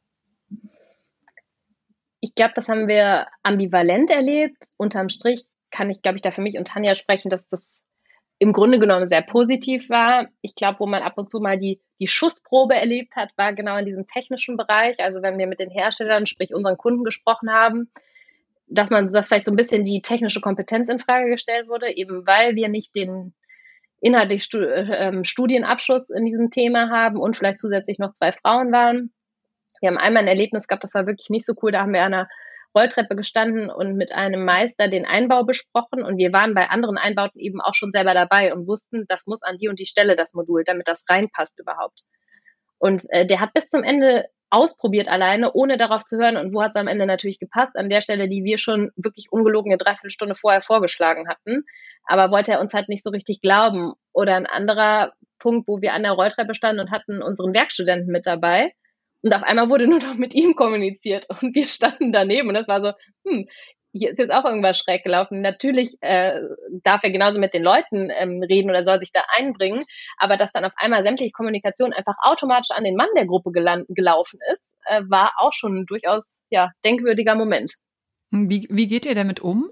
Ich glaube, das haben wir ambivalent erlebt. Unterm Strich kann ich, glaube ich, da für mich und Tanja sprechen, dass das im Grunde genommen sehr positiv war. Ich glaube, wo man ab und zu mal die Schussprobe erlebt hat, war genau in diesem technischen Bereich. Also wenn wir mit den Herstellern, sprich unseren Kunden gesprochen haben, dass vielleicht so ein bisschen die technische Kompetenz in Frage gestellt wurde, eben weil wir nicht den inhaltlich Studienabschluss in diesem Thema haben und vielleicht zusätzlich noch 2 Frauen waren. Wir haben einmal ein Erlebnis gehabt, das war wirklich nicht so cool. Da haben wir an einer Rolltreppe gestanden und mit einem Meister den Einbau besprochen. Und wir waren bei anderen Einbauten eben auch schon selber dabei und wussten, das muss an die und die Stelle, das Modul, damit das reinpasst überhaupt. Und der hat bis zum Ende ausprobiert alleine, ohne darauf zu hören. Und wo hat es am Ende natürlich gepasst? An der Stelle, die wir schon wirklich ungelogen eine Dreiviertelstunde vorher vorgeschlagen hatten. Aber wollte er uns halt nicht so richtig glauben. Oder ein anderer Punkt, wo wir an der Rolltreppe standen und hatten unseren Werkstudenten mit dabei. Und auf einmal wurde nur noch mit ihm kommuniziert und wir standen daneben und das war so, hier ist jetzt auch irgendwas schräg gelaufen. Natürlich darf er genauso mit den Leuten reden oder soll sich da einbringen, aber dass dann auf einmal sämtliche Kommunikation einfach automatisch an den Mann der Gruppe gelaufen ist, war auch schon ein durchaus denkwürdiger Moment. Wie geht ihr damit um?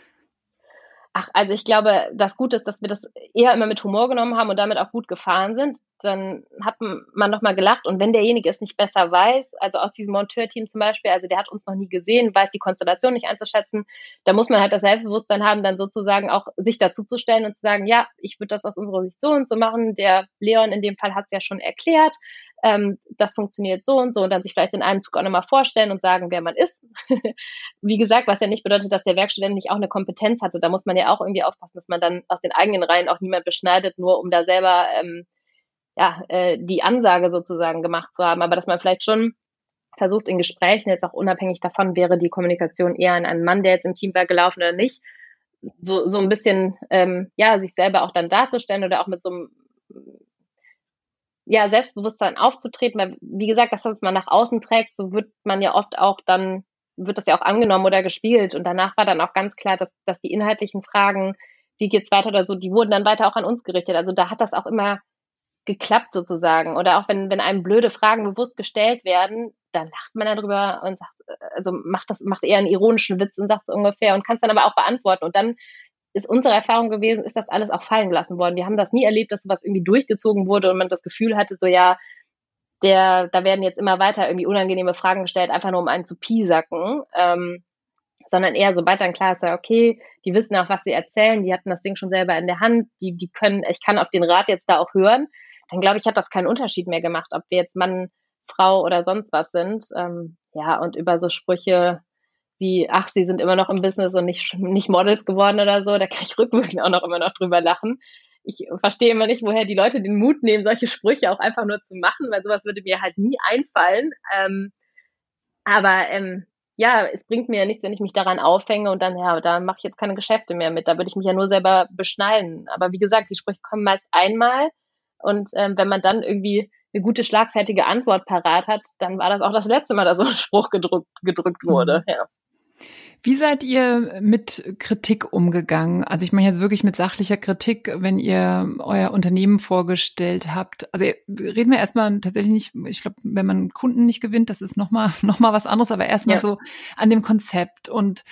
Also ich glaube, das Gute ist, dass wir das eher immer mit Humor genommen haben und damit auch gut gefahren sind. Dann hat man nochmal gelacht und wenn derjenige es nicht besser weiß, also aus diesem Monteurteam zum Beispiel, also der hat uns noch nie gesehen, weiß die Konstellation nicht einzuschätzen, da muss man halt das Selbstbewusstsein haben, dann sozusagen auch sich dazu zu stellen und zu sagen, ja, ich würde das aus unserer Sicht so und so machen. Der Leon in dem Fall hat es ja schon erklärt, das funktioniert so und so und dann sich vielleicht in einem Zug auch nochmal vorstellen und sagen, wer man ist. Wie gesagt, was ja nicht bedeutet, dass der Werkstudent nicht auch eine Kompetenz hatte. Da muss man ja auch irgendwie aufpassen, dass man dann aus den eigenen Reihen auch niemand beschneidet, nur um da selber die Ansage sozusagen gemacht zu haben. Aber dass man vielleicht schon versucht in Gesprächen, jetzt auch unabhängig davon, wäre die Kommunikation eher an einen Mann, der jetzt im Team war, gelaufen oder nicht, so ein bisschen sich selber auch dann darzustellen oder auch mit so einem Selbstbewusstsein aufzutreten, weil, wie gesagt, das, was man nach außen trägt, so wird man ja oft auch dann, wird das ja auch angenommen oder gespielt und danach war dann auch ganz klar, dass die inhaltlichen Fragen, wie geht's weiter oder so, die wurden dann weiter auch an uns gerichtet, also da hat das auch immer geklappt sozusagen oder auch wenn einem blöde Fragen bewusst gestellt werden, dann lacht man darüber und sagt, also macht eher einen ironischen Witz und sagt es ungefähr und kann es dann aber auch beantworten und dann ist unsere Erfahrung gewesen, ist das alles auch fallen gelassen worden. Wir haben das nie erlebt, dass sowas irgendwie durchgezogen wurde und man das Gefühl hatte, so da werden jetzt immer weiter irgendwie unangenehme Fragen gestellt, einfach nur um einen zu piesacken, sondern eher sobald dann klar ist, okay, die wissen auch, was sie erzählen, die hatten das Ding schon selber in der Hand, die können, ich kann auf den Rat jetzt da auch hören, dann glaube ich, hat das keinen Unterschied mehr gemacht, ob wir jetzt Mann, Frau oder sonst was sind. Und über so Sprüche wie, ach, sie sind immer noch im Business und nicht Models geworden oder so, da kann ich rückwirkend auch noch immer noch drüber lachen. Ich verstehe immer nicht, woher die Leute den Mut nehmen, solche Sprüche auch einfach nur zu machen, weil sowas würde mir halt nie einfallen. Es bringt mir ja nichts, wenn ich mich daran aufhänge und dann, da mache ich jetzt keine Geschäfte mehr mit. Da würde ich mich ja nur selber beschneiden. Aber wie gesagt, die Sprüche kommen meist einmal und wenn man dann irgendwie eine gute, schlagfertige Antwort parat hat, dann war das auch das letzte Mal, dass so ein Spruch gedrückt wurde. Ja. Wie seid ihr mit Kritik umgegangen? Also ich meine jetzt wirklich mit sachlicher Kritik, wenn ihr euer Unternehmen vorgestellt habt. Also reden wir erstmal tatsächlich nicht, ich glaube, wenn man Kunden nicht gewinnt, das ist noch mal was anderes, aber erstmal so an dem Konzept. Und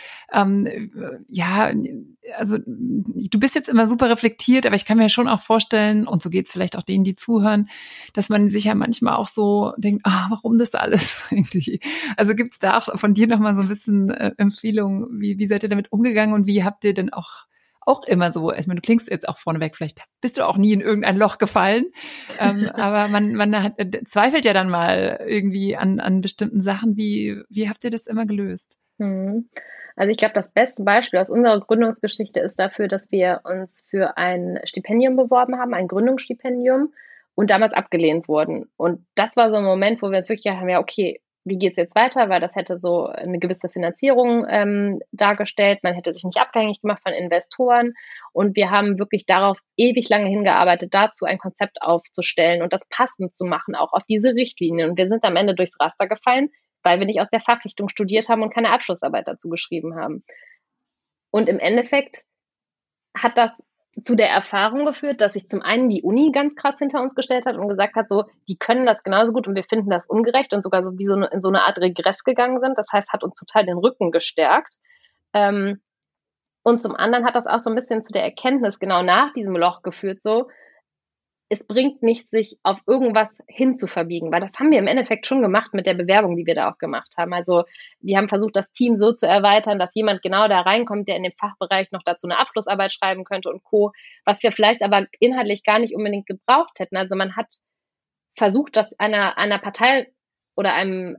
also du bist jetzt immer super reflektiert, aber ich kann mir schon auch vorstellen, und so geht's vielleicht auch denen, die zuhören, dass man sich ja manchmal auch so denkt, warum das alles irgendwie? Also gibt's da auch von dir noch mal so ein bisschen Empfehlung, wie seid ihr damit umgegangen und wie habt ihr denn auch immer so, ich meine, du klingst jetzt auch vorneweg, vielleicht bist du auch nie in irgendein Loch gefallen, aber man zweifelt ja dann mal irgendwie an bestimmten Sachen. Wie habt ihr das immer gelöst? Also ich glaube, das beste Beispiel aus unserer Gründungsgeschichte ist dafür, dass wir uns für ein Stipendium beworben haben, ein Gründungsstipendium, und damals abgelehnt wurden. Und das war so ein Moment, wo wir uns wirklich gedacht haben, ja, okay, wie geht's jetzt weiter? Weil das hätte so eine gewisse Finanzierung dargestellt. Man hätte sich nicht abhängig gemacht von Investoren. Und wir haben wirklich darauf ewig lange hingearbeitet, dazu ein Konzept aufzustellen und das passend zu machen, auch auf diese Richtlinien. Und wir sind am Ende durchs Raster gefallen, weil wir nicht aus der Fachrichtung studiert haben und keine Abschlussarbeit dazu geschrieben haben. Und im Endeffekt hat das zu der Erfahrung geführt, dass sich zum einen die Uni ganz krass hinter uns gestellt hat und gesagt hat, so, die können das genauso gut und wir finden das ungerecht und sogar so wie in so eine Art Regress gegangen sind. Das heißt, hat uns total den Rücken gestärkt. Und zum anderen hat das auch so ein bisschen zu der Erkenntnis genau nach diesem Loch geführt, so, es bringt nichts, sich auf irgendwas hinzuverbiegen, weil das haben wir im Endeffekt schon gemacht mit der Bewerbung, die wir da auch gemacht haben. Also wir haben versucht, das Team so zu erweitern, dass jemand genau da reinkommt, der in dem Fachbereich noch dazu eine Abschlussarbeit schreiben könnte und Co., was wir vielleicht aber inhaltlich gar nicht unbedingt gebraucht hätten. Also man hat versucht, das einer Partei oder einem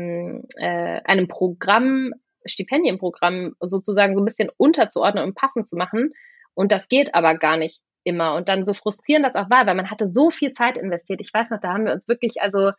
Programm, Stipendienprogramm sozusagen so ein bisschen unterzuordnen und passend zu machen. Und das geht aber gar nicht immer. Und dann so frustrierend das auch war, weil man hatte so viel Zeit investiert. Ich weiß noch, da haben wir uns wirklich, also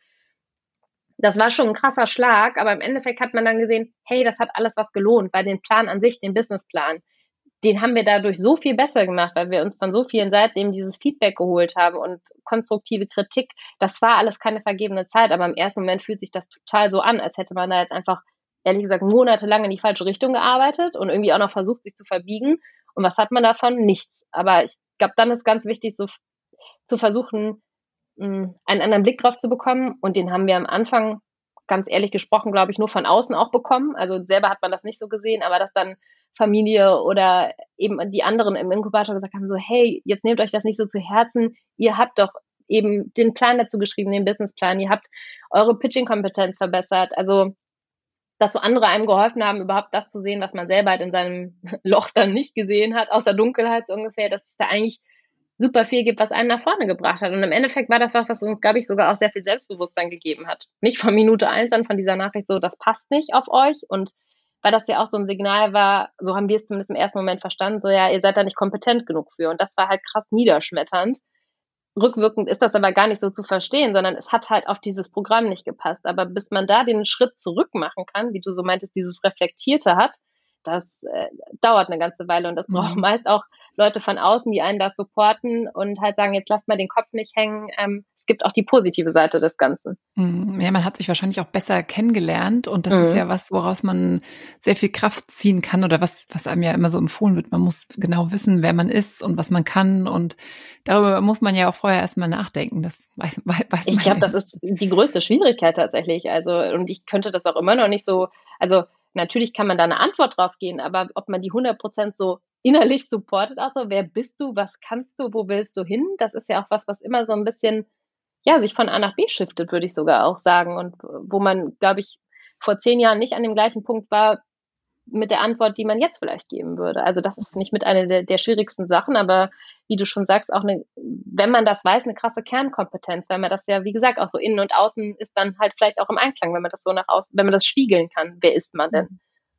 das war schon ein krasser Schlag, aber im Endeffekt hat man dann gesehen, hey, das hat alles was gelohnt, weil den Plan an sich, den Businessplan, den haben wir dadurch so viel besser gemacht, weil wir uns von so vielen Seiten eben dieses Feedback geholt haben und konstruktive Kritik. Das war alles keine vergebene Zeit, aber im ersten Moment fühlt sich das total so an, als hätte man da jetzt einfach, ehrlich gesagt, monatelang in die falsche Richtung gearbeitet und irgendwie auch noch versucht, sich zu verbiegen. Und was hat man davon? Nichts. Aber ich glaube, dann ist ganz wichtig, so zu versuchen, einen anderen Blick drauf zu bekommen. Und den haben wir am Anfang, ganz ehrlich gesprochen, glaube ich, nur von außen auch bekommen. Also selber hat man das nicht so gesehen, aber dass dann Familie oder eben die anderen im Inkubator gesagt haben, so, hey, jetzt nehmt euch das nicht so zu Herzen. Ihr habt doch eben den Plan dazu geschrieben, den Businessplan. Ihr habt eure Pitching-Kompetenz verbessert. Also dass so andere einem geholfen haben, überhaupt das zu sehen, was man selber halt in seinem Loch dann nicht gesehen hat, außer Dunkelheit so ungefähr, dass es da eigentlich super viel gibt, was einen nach vorne gebracht hat. Und im Endeffekt war das was uns, glaube ich, sogar auch sehr viel Selbstbewusstsein gegeben hat. Nicht von Minute 1 an von dieser Nachricht so, das passt nicht auf euch. Und weil das ja auch so ein Signal war, so haben wir es zumindest im ersten Moment verstanden, so ja, ihr seid da nicht kompetent genug für. Und das war halt krass niederschmetternd. Rückwirkend ist das aber gar nicht so zu verstehen, sondern es hat halt auf dieses Programm nicht gepasst. Aber bis man da den Schritt zurück machen kann, wie du so meintest, dieses Reflektierte hat, das dauert eine ganze Weile und das brauchen meist auch Leute von außen, die einen da supporten und halt sagen, jetzt lasst mal den Kopf nicht hängen. Es gibt auch die positive Seite des Ganzen. Ja, man hat sich wahrscheinlich auch besser kennengelernt und das ist ja was, woraus man sehr viel Kraft ziehen kann oder was einem ja immer so empfohlen wird. Man muss genau wissen, wer man ist und was man kann und darüber muss man ja auch vorher erstmal nachdenken. Das weiß man. Ich glaube, das ist die größte Schwierigkeit tatsächlich. Also, und ich könnte das auch immer noch nicht so, also natürlich kann man da eine Antwort drauf geben, aber ob man die 100% so innerlich supportet, auch so, wer bist du, was kannst du, wo willst du hin? Das ist ja auch was immer so ein bisschen, ja, sich von A nach B shiftet, würde ich sogar auch sagen. Und wo man, glaube ich, vor 10 Jahren nicht an dem gleichen Punkt war mit der Antwort, die man jetzt vielleicht geben würde. Also das ist, finde ich, mit einer der schwierigsten Sachen, aber wie du schon sagst, auch wenn man das weiß, eine krasse Kernkompetenz, weil man das ja, wie gesagt, auch so innen und außen ist dann halt vielleicht auch im Einklang, wenn man das so nach außen, wenn man das spiegeln kann. Wer ist man denn?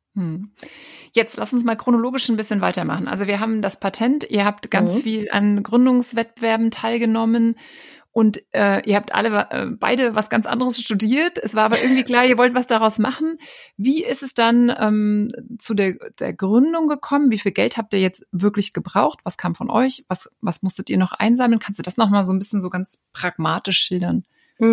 Jetzt lass uns mal chronologisch ein bisschen weitermachen. Also wir haben das Patent, ihr habt ganz viel an Gründungswettbewerben teilgenommen und ihr habt beide was ganz anderes studiert. Es war aber irgendwie klar, ihr wollt was daraus machen. Wie ist es dann zu der Gründung gekommen? Wie viel Geld habt ihr jetzt wirklich gebraucht? Was kam von euch? Was musstet ihr noch einsammeln? Kannst du das nochmal so ein bisschen so ganz pragmatisch schildern?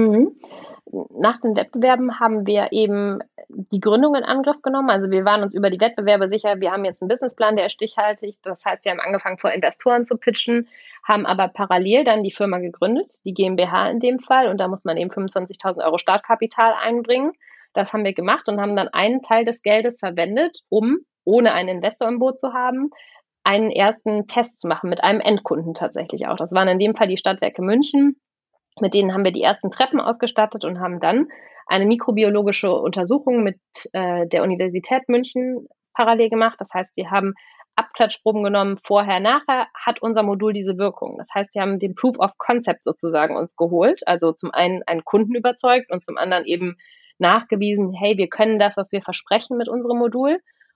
Nach den Wettbewerben haben wir eben die Gründung in Angriff genommen. Also wir waren uns über die Wettbewerbe sicher, wir haben jetzt einen Businessplan, der ist stichhaltig. Das heißt, wir haben angefangen, vor Investoren zu pitchen, haben aber parallel dann die Firma gegründet, die GmbH in dem Fall. Und da muss man eben 25.000 Euro Startkapital einbringen. Das haben wir gemacht und haben dann einen Teil des Geldes verwendet, um, ohne einen Investor im Boot zu haben, einen ersten Test zu machen mit einem Endkunden tatsächlich auch. Das waren in dem Fall die Stadtwerke München. Mit denen haben wir die ersten Treppen ausgestattet und haben dann eine mikrobiologische Untersuchung mit der Universität München parallel gemacht. Das heißt, wir haben Abklatschproben genommen, vorher, nachher hat unser Modul diese Wirkung. Das heißt, wir haben den Proof of Concept sozusagen uns geholt, also zum einen Kunden überzeugt und zum anderen eben nachgewiesen, hey, wir können das, was wir versprechen mit unserem Modul.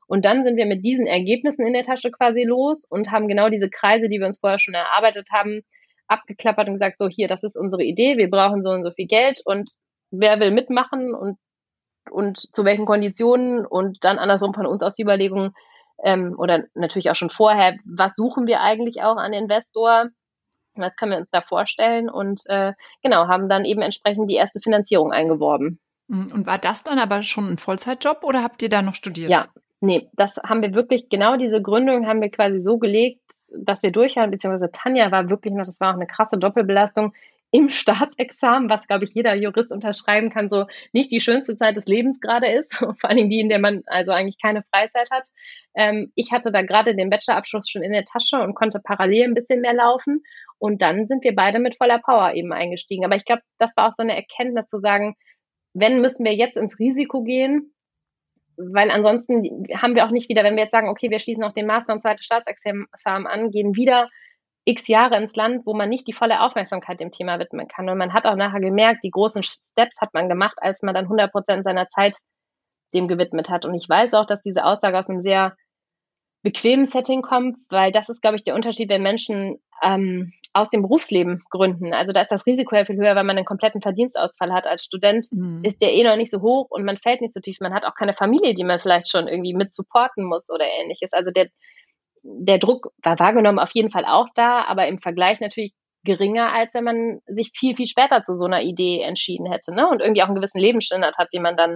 Und dann sind wir mit diesen Ergebnissen in der Tasche quasi los und haben genau diese Kreise, die wir uns vorher schon erarbeitet haben, abgeklappert und gesagt, so hier, das ist unsere Idee, wir brauchen so und so viel Geld und wer will mitmachen und zu welchen Konditionen und dann andersrum von uns aus die Überlegung, oder natürlich auch schon vorher, was suchen wir eigentlich auch an Investor, was können wir uns da vorstellen und genau, haben dann eben entsprechend die erste Finanzierung eingeworben. Und war das dann aber schon ein Vollzeitjob oder habt ihr da noch studiert? Ja, nee, das haben wir wirklich, genau diese Gründung haben wir quasi so gelegt, dass wir durchhalten, beziehungsweise Tanja war wirklich noch, das war auch eine krasse Doppelbelastung im Staatsexamen, was, glaube ich, jeder Jurist unterschreiben kann, so nicht die schönste Zeit des Lebens gerade ist, vor allen Dingen die, in der man also eigentlich keine Freizeit hat. Ich hatte da gerade den Bachelorabschluss schon in der Tasche und konnte parallel ein bisschen mehr laufen und dann sind wir beide mit voller Power eben eingestiegen. Aber ich glaube, das war auch so eine Erkenntnis zu sagen, wenn, müssen wir jetzt ins Risiko gehen, weil ansonsten haben wir auch nicht wieder, wenn wir jetzt sagen, okay, wir schließen auch den Master- und zweite Staatsexamen an, gehen wieder x Jahre ins Land, wo man nicht die volle Aufmerksamkeit dem Thema widmen kann. Und man hat auch nachher gemerkt, die großen Steps hat man gemacht, als man dann 100% seiner Zeit dem gewidmet hat. Und ich weiß auch, dass diese Aussage aus einem sehr bequemen Setting kommt, weil das ist, glaube ich, der Unterschied, wenn Menschen aus dem Berufsleben gründen. Also da ist das Risiko ja viel höher, weil man einen kompletten Verdienstausfall hat. Als Student ist der noch nicht so hoch und man fällt nicht so tief. Man hat auch keine Familie, die man vielleicht schon irgendwie mit supporten muss oder ähnliches. Also der Druck war wahrgenommen auf jeden Fall auch da, aber im Vergleich natürlich geringer, als wenn man sich viel, viel später zu so einer Idee entschieden hätte, ne? Und irgendwie auch einen gewissen Lebensstandard hat, den man dann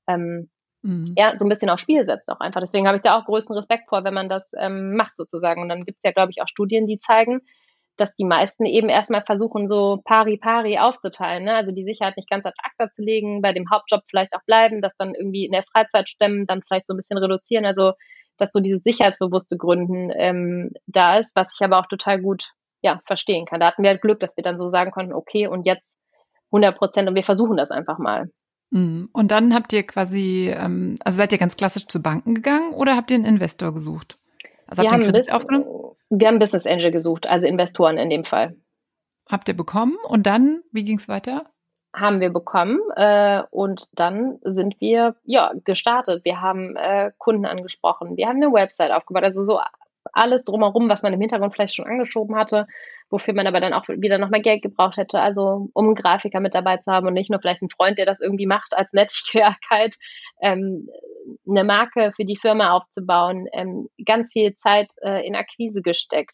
ja, so ein bisschen aufs Spiel setzt auch einfach. Deswegen habe ich da auch größten Respekt vor, wenn man das macht sozusagen. Und dann gibt es ja, glaube ich, auch Studien, die zeigen, dass die meisten eben erstmal versuchen, so pari aufzuteilen, ne? Also die Sicherheit nicht ganz ad acta zu legen, bei dem Hauptjob vielleicht auch bleiben, das dann irgendwie in der Freizeit stemmen, dann vielleicht so ein bisschen reduzieren. Also dass so dieses sicherheitsbewusste Gründen da ist, was ich aber auch total gut verstehen kann. Da hatten wir halt Glück, dass wir dann so sagen konnten, okay, und jetzt 100% und wir versuchen das einfach mal. Und dann habt ihr quasi, also seid ihr ganz klassisch zu Banken gegangen oder habt ihr einen Investor gesucht? Also habt ihr einen Kredit aufgenommen? Wir haben Business Angel gesucht, also Investoren in dem Fall. Habt ihr bekommen und dann, wie ging es weiter? Haben wir bekommen und dann sind wir gestartet. Wir haben Kunden angesprochen, wir haben eine Website aufgebaut, also so alles drumherum, was man im Hintergrund vielleicht schon angeschoben hatte, wofür man aber dann auch wieder nochmal Geld gebraucht hätte, also um einen Grafiker mit dabei zu haben und nicht nur vielleicht einen Freund, der das irgendwie macht als Nettigkeit, eine Marke für die Firma aufzubauen, ganz viel Zeit in Akquise gesteckt,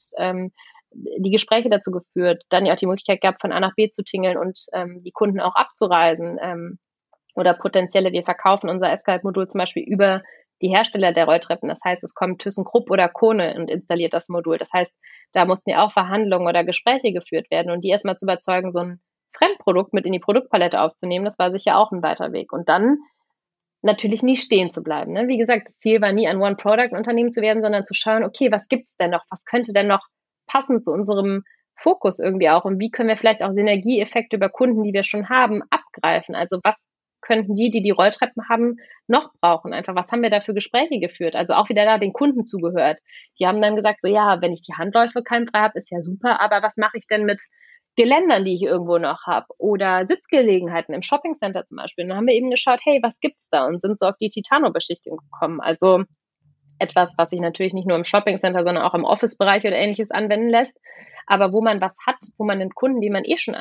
die Gespräche dazu geführt, dann ja auch die Möglichkeit gehabt, von A nach B zu tingeln und die Kunden auch abzureisen oder potenzielle, wir verkaufen unser Escalade-Modul zum Beispiel über die Hersteller der Rolltreppen. Das heißt, es kommt ThyssenKrupp oder Kone und installiert das Modul. Das heißt, da mussten ja auch Verhandlungen oder Gespräche geführt werden und die erstmal zu überzeugen, so ein Fremdprodukt mit in die Produktpalette aufzunehmen, das war sicher auch ein weiter Weg. Und dann natürlich nie stehen zu bleiben. Ne? Wie gesagt, das Ziel war nie, ein One-Product-Unternehmen zu werden, sondern zu schauen, okay, was gibt's denn noch? Was könnte denn noch passend zu unserem Fokus irgendwie auch? Und wie können wir vielleicht auch Synergieeffekte über Kunden, die wir schon haben, abgreifen? Also was könnten die Rolltreppen haben, noch brauchen? Einfach, was haben wir da für Gespräche geführt? Also auch wieder da den Kunden zugehört. Die haben dann gesagt, so ja, wenn ich die Handläufe keimfrei habe, ist ja super, aber was mache ich denn mit Geländern, die ich irgendwo noch habe? Oder Sitzgelegenheiten im Shoppingcenter zum Beispiel. Und dann haben wir eben geschaut, hey, was gibt's da? Und sind so auf die Titano-Beschichtung gekommen. Also etwas, was sich natürlich nicht nur im Shoppingcenter, sondern auch im Office-Bereich oder ähnliches anwenden lässt, aber wo man was hat, wo man den Kunden, die man schon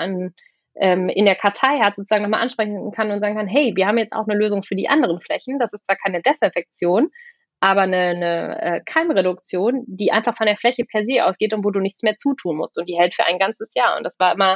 in der Kartei hat, sozusagen nochmal ansprechen kann und sagen kann, hey, wir haben jetzt auch eine Lösung für die anderen Flächen. Das ist zwar keine Desinfektion, aber eine Keimreduktion, die einfach von der Fläche per se ausgeht und wo du nichts mehr zutun musst. Und die hält für ein ganzes Jahr. Und das war immer,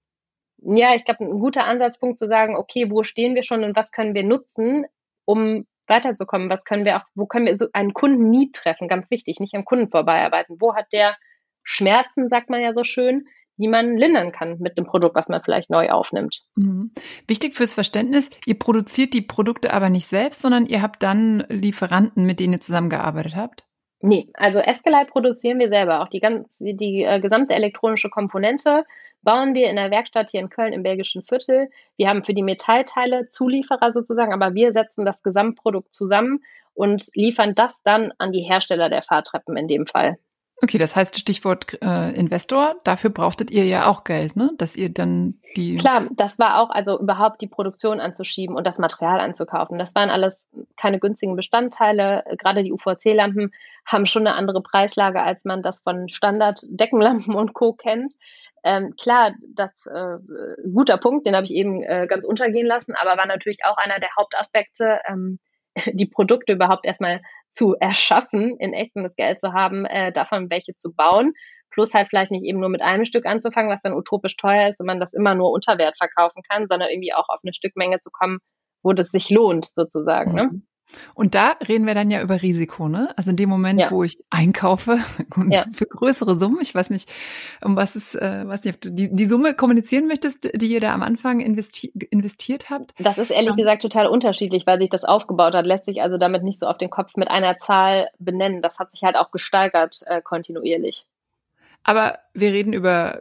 ich glaube, ein guter Ansatzpunkt zu sagen, okay, wo stehen wir schon und was können wir nutzen, um weiterzukommen? Wo können wir so einen Kunden nie treffen? Ganz wichtig, nicht am Kunden vorbeiarbeiten. Wo hat der Schmerzen, sagt man ja so schön, die man lindern kann mit dem Produkt, was man vielleicht neu aufnimmt. Wichtig fürs Verständnis, ihr produziert die Produkte aber nicht selbst, sondern ihr habt dann Lieferanten, mit denen ihr zusammengearbeitet habt? Nee, also Escalade produzieren wir selber. Auch die gesamte elektronische Komponente bauen wir in der Werkstatt hier in Köln im belgischen Viertel. Wir haben für die Metallteile Zulieferer sozusagen, aber wir setzen das Gesamtprodukt zusammen und liefern das dann an die Hersteller der Fahrtreppen in dem Fall. Okay, das heißt Stichwort Investor, dafür brauchtet ihr ja auch Geld, ne? Dass ihr dann die... Klar, das war auch, also überhaupt die Produktion anzuschieben und das Material anzukaufen. Das waren alles keine günstigen Bestandteile. Gerade die UVC-Lampen haben schon eine andere Preislage, als man das von Standard-Deckenlampen und Co. kennt. Klar, das guter Punkt, den habe ich eben ganz untergehen lassen, aber war natürlich auch einer der Hauptaspekte, die Produkte überhaupt erstmal zu erschaffen, in echtem das Geld zu haben, davon welche zu bauen, plus halt vielleicht nicht eben nur mit einem Stück anzufangen, was dann utopisch teuer ist und man das immer nur unter Wert verkaufen kann, sondern irgendwie auch auf eine Stückmenge zu kommen, wo das sich lohnt, sozusagen. Ne? Und da reden wir dann ja über Risiko, ne? Also in dem Moment, wo ich einkaufe und für größere Summen, ich weiß nicht, um was es, weiß nicht, ob du die Summe kommunizieren möchtest, die ihr da am Anfang investiert habt. Das ist ehrlich gesagt total unterschiedlich, weil sich das aufgebaut hat, lässt sich also damit nicht so auf den Kopf mit einer Zahl benennen. Das hat sich halt auch gesteigert kontinuierlich. Aber wir reden über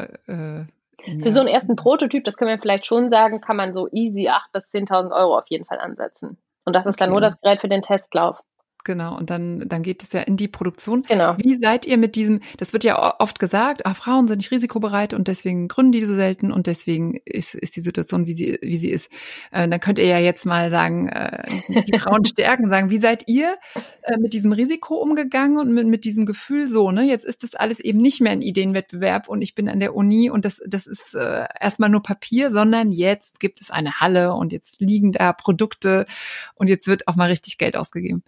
für so einen ersten Prototyp, das können wir vielleicht schon sagen, kann man so easy 8.000 bis 10.000 Euro auf jeden Fall ansetzen. Und das ist dann nur das Gerät für den Testlauf. Genau, und dann geht es ja in die Produktion. Genau. Wie seid ihr mit diesem, das wird ja oft gesagt, Frauen sind nicht risikobereit und deswegen gründen die so selten und deswegen ist die Situation, wie sie ist. Dann könnt ihr ja jetzt mal sagen, die Frauen stärken, sagen, wie seid ihr mit diesem Risiko umgegangen und mit diesem Gefühl so, ne? Jetzt ist das alles eben nicht mehr ein Ideenwettbewerb und ich bin an der Uni und das ist erstmal nur Papier, sondern jetzt gibt es eine Halle und jetzt liegen da Produkte und jetzt wird auch mal richtig Geld ausgegeben.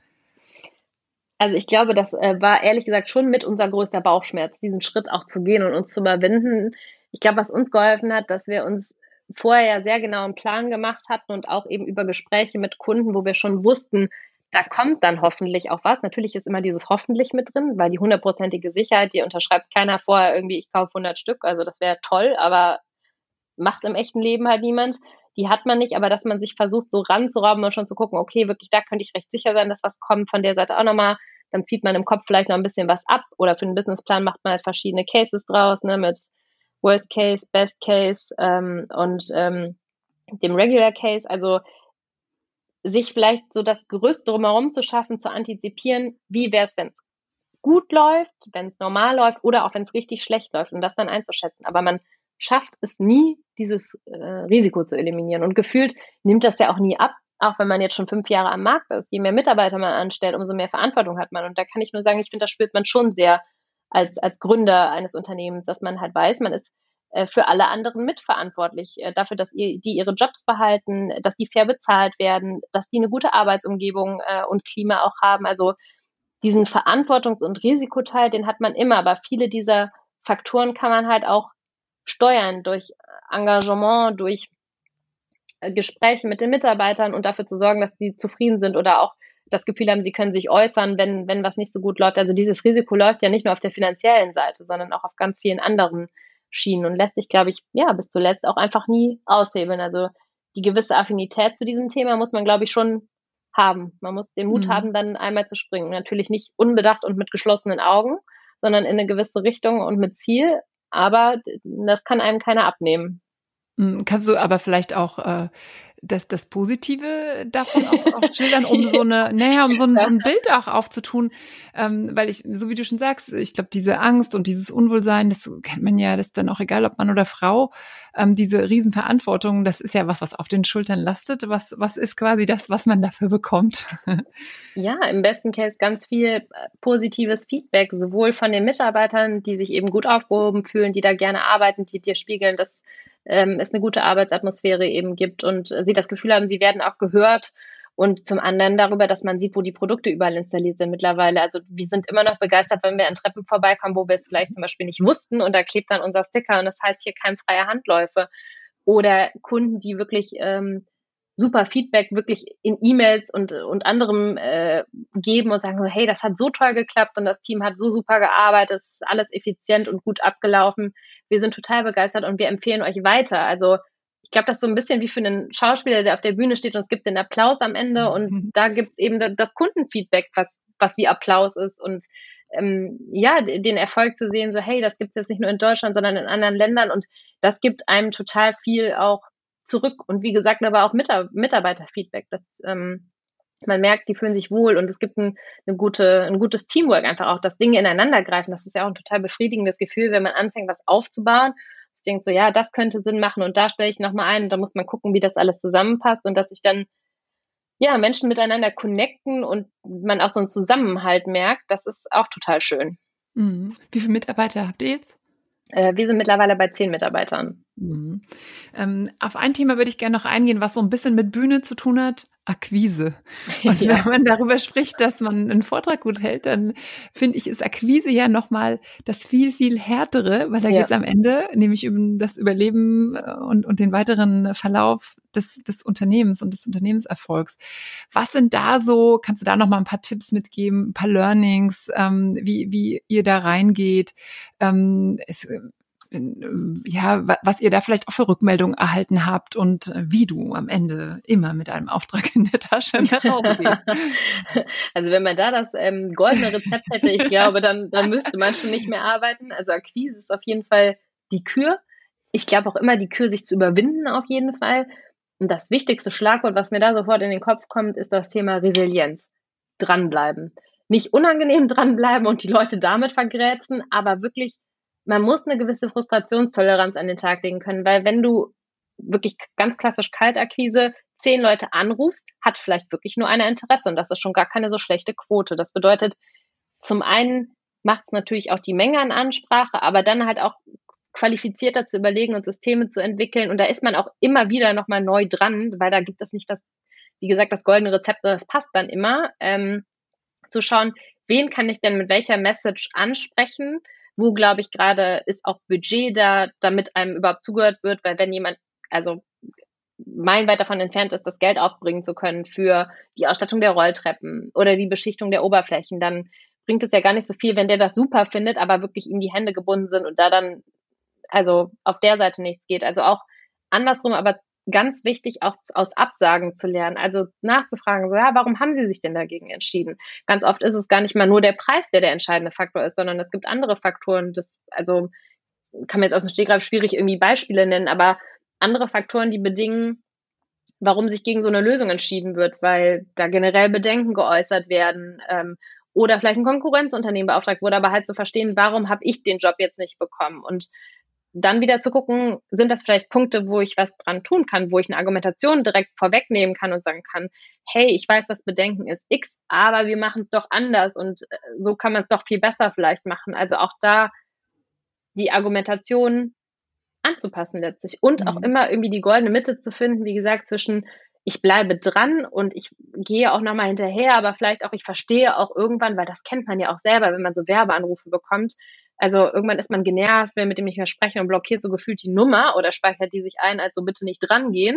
Also ich glaube, das war ehrlich gesagt schon mit unser größter Bauchschmerz, diesen Schritt auch zu gehen und uns zu überwinden. Ich glaube, was uns geholfen hat, dass wir uns vorher ja sehr genau einen Plan gemacht hatten und auch eben über Gespräche mit Kunden, wo wir schon wussten, da kommt dann hoffentlich auch was. Natürlich ist immer dieses hoffentlich mit drin, weil die 100%ige Sicherheit, die unterschreibt keiner vorher irgendwie, ich kaufe 100 Stück. Also das wäre toll, aber macht im echten Leben halt niemand. Die hat man nicht, aber dass man sich versucht, so ranzurauben und schon zu gucken, okay, wirklich, da könnte ich recht sicher sein, dass was kommt, von der Seite auch nochmal, dann zieht man im Kopf vielleicht noch ein bisschen was ab oder für einen Businessplan macht man halt verschiedene Cases draus, ne, mit Worst Case, Best Case und dem Regular Case, also sich vielleicht so das Gerüst drumherum zu schaffen, zu antizipieren, wie wäre es, wenn es gut läuft, wenn es normal läuft oder auch wenn es richtig schlecht läuft und das dann einzuschätzen, aber man schafft es nie, dieses Risiko zu eliminieren. Und gefühlt nimmt das ja auch nie ab, auch wenn man jetzt schon 5 Jahre am Markt ist. Je mehr Mitarbeiter man anstellt, umso mehr Verantwortung hat man. Und da kann ich nur sagen, ich finde, das spürt man schon sehr als Gründer eines Unternehmens, dass man halt weiß, man ist für alle anderen mitverantwortlich, dafür, dass die ihre Jobs behalten, dass die fair bezahlt werden, dass die eine gute Arbeitsumgebung und Klima auch haben. Also diesen Verantwortungs- und Risikoteil, den hat man immer, aber viele dieser Faktoren kann man halt auch steuern durch Engagement, durch Gespräche mit den Mitarbeitern und dafür zu sorgen, dass die zufrieden sind oder auch das Gefühl haben, sie können sich äußern, wenn was nicht so gut läuft. Also dieses Risiko läuft ja nicht nur auf der finanziellen Seite, sondern auch auf ganz vielen anderen Schienen und lässt sich, glaube ich, bis zuletzt auch einfach nie aushebeln. Also die gewisse Affinität zu diesem Thema muss man, glaube ich, schon haben. Man muss den Mut haben, dann einmal zu springen. Natürlich nicht unbedacht und mit geschlossenen Augen, sondern in eine gewisse Richtung und mit Ziel. Aber das kann einem keiner abnehmen. Kannst du aber vielleicht auch das Positive davon auch schildern, um so ein Bild auch aufzutun, weil so wie du schon sagst, ich glaube, diese Angst und dieses Unwohlsein, das kennt man ja, das ist dann auch egal, ob Mann oder Frau, diese Riesenverantwortung, das ist ja was auf den Schultern lastet. Was ist quasi das, was man dafür bekommt? Ja, im besten Case ganz viel positives Feedback, sowohl von den Mitarbeitern, die sich eben gut aufgehoben fühlen, die da gerne arbeiten, die dir spiegeln, dass es eine gute Arbeitsatmosphäre eben gibt und sie das Gefühl haben, sie werden auch gehört und zum anderen darüber, dass man sieht, wo die Produkte überall installiert sind mittlerweile. Also wir sind immer noch begeistert, wenn wir an Treppen vorbeikommen, wo wir es vielleicht zum Beispiel nicht wussten und da klebt dann unser Sticker und das heißt hier keimfreie Handläufe oder Kunden, die wirklich super Feedback wirklich in E-Mails und anderem geben und sagen so, hey, das hat so toll geklappt und das Team hat so super gearbeitet, es ist alles effizient und gut abgelaufen. Wir sind total begeistert und wir empfehlen euch weiter. Also ich glaube, das ist so ein bisschen wie für einen Schauspieler, der auf der Bühne steht und es gibt den Applaus am Ende und da gibt es eben das Kundenfeedback, was wie Applaus ist und den Erfolg zu sehen, so hey, das gibt es jetzt nicht nur in Deutschland, sondern in anderen Ländern und das gibt einem total viel auch zurück und wie gesagt, aber auch Mitarbeiterfeedback. Das Man merkt, die fühlen sich wohl und es gibt ein gutes Teamwork einfach auch, dass Dinge ineinander greifen. Das ist ja auch ein total befriedigendes Gefühl, wenn man anfängt, was aufzubauen. Ich denke so, ja, das könnte Sinn machen und da stelle ich nochmal ein und da muss man gucken, wie das alles zusammenpasst und dass sich dann ja Menschen miteinander connecten und man auch so einen Zusammenhalt merkt. Das ist auch total schön. Mhm. Wie viele Mitarbeiter habt ihr jetzt? Wir sind mittlerweile bei 10 Mitarbeitern. Mhm. Auf ein Thema würde ich gerne noch eingehen, was so ein bisschen mit Bühne zu tun hat. Akquise. Also wenn man darüber spricht, dass man einen Vortrag gut hält, dann finde ich, ist Akquise ja nochmal das viel, viel härtere, weil da geht es am Ende nämlich um das Überleben und den weiteren Verlauf des Unternehmens und des Unternehmenserfolgs. Was sind da so, kannst du da nochmal ein paar Tipps mitgeben, ein paar Learnings, wie ihr da reingeht? Was ihr da vielleicht auch für Rückmeldungen erhalten habt und wie du am Ende immer mit einem Auftrag in der Tasche nach Hause gehst. Also wenn man da das goldene Rezept hätte, ich glaube, dann müsste man schon nicht mehr arbeiten. Also Akquise ist auf jeden Fall die Kür. Ich glaube auch immer, die Kür sich zu überwinden auf jeden Fall. Und das wichtigste Schlagwort, was mir da sofort in den Kopf kommt, ist das Thema Resilienz. Dranbleiben. Nicht unangenehm dranbleiben und die Leute damit vergrätzen, aber wirklich, man muss eine gewisse Frustrationstoleranz an den Tag legen können, weil wenn du wirklich ganz klassisch Kaltakquise 10 Leute anrufst, hat vielleicht wirklich nur einer Interesse und das ist schon gar keine so schlechte Quote. Das bedeutet, zum einen macht es natürlich auch die Menge an Ansprache, aber dann halt auch qualifizierter zu überlegen und Systeme zu entwickeln und da ist man auch immer wieder nochmal neu dran, weil da gibt es nicht wie gesagt, das goldene Rezept, das passt dann immer, zu schauen, wen kann ich denn mit welcher Message ansprechen, wo, glaube ich, gerade ist auch Budget da, damit einem überhaupt zugehört wird, weil wenn jemand, also meilenweit davon entfernt ist, das Geld aufbringen zu können für die Ausstattung der Rolltreppen oder die Beschichtung der Oberflächen, dann bringt es ja gar nicht so viel, wenn der das super findet, aber wirklich ihm die Hände gebunden sind und da dann, also auf der Seite nichts geht. Also auch andersrum, aber ganz wichtig, auch aus Absagen zu lernen, also nachzufragen, so, ja, warum haben Sie sich denn dagegen entschieden? Ganz oft ist es gar nicht mal nur der Preis, der entscheidende Faktor ist, sondern es gibt andere Faktoren, also kann man jetzt aus dem Stegreif schwierig irgendwie Beispiele nennen, aber andere Faktoren, die bedingen, warum sich gegen so eine Lösung entschieden wird, weil da generell Bedenken geäußert werden, oder vielleicht ein Konkurrenzunternehmen beauftragt wurde, aber halt zu verstehen, warum habe ich den Job jetzt nicht bekommen und dann wieder zu gucken, sind das vielleicht Punkte, wo ich was dran tun kann, wo ich eine Argumentation direkt vorwegnehmen kann und sagen kann, hey, ich weiß, das Bedenken ist X, aber wir machen es doch anders und so kann man es doch viel besser vielleicht machen. Also auch da die Argumentation anzupassen letztlich und auch immer irgendwie die goldene Mitte zu finden, wie gesagt, zwischen ich bleibe dran und ich gehe auch nochmal hinterher, aber vielleicht auch, ich verstehe auch irgendwann, weil das kennt man ja auch selber, wenn man so Werbeanrufe bekommt, also irgendwann ist man genervt, will mit dem nicht mehr sprechen und blockiert so gefühlt die Nummer oder speichert die sich ein, als so bitte nicht drangehen.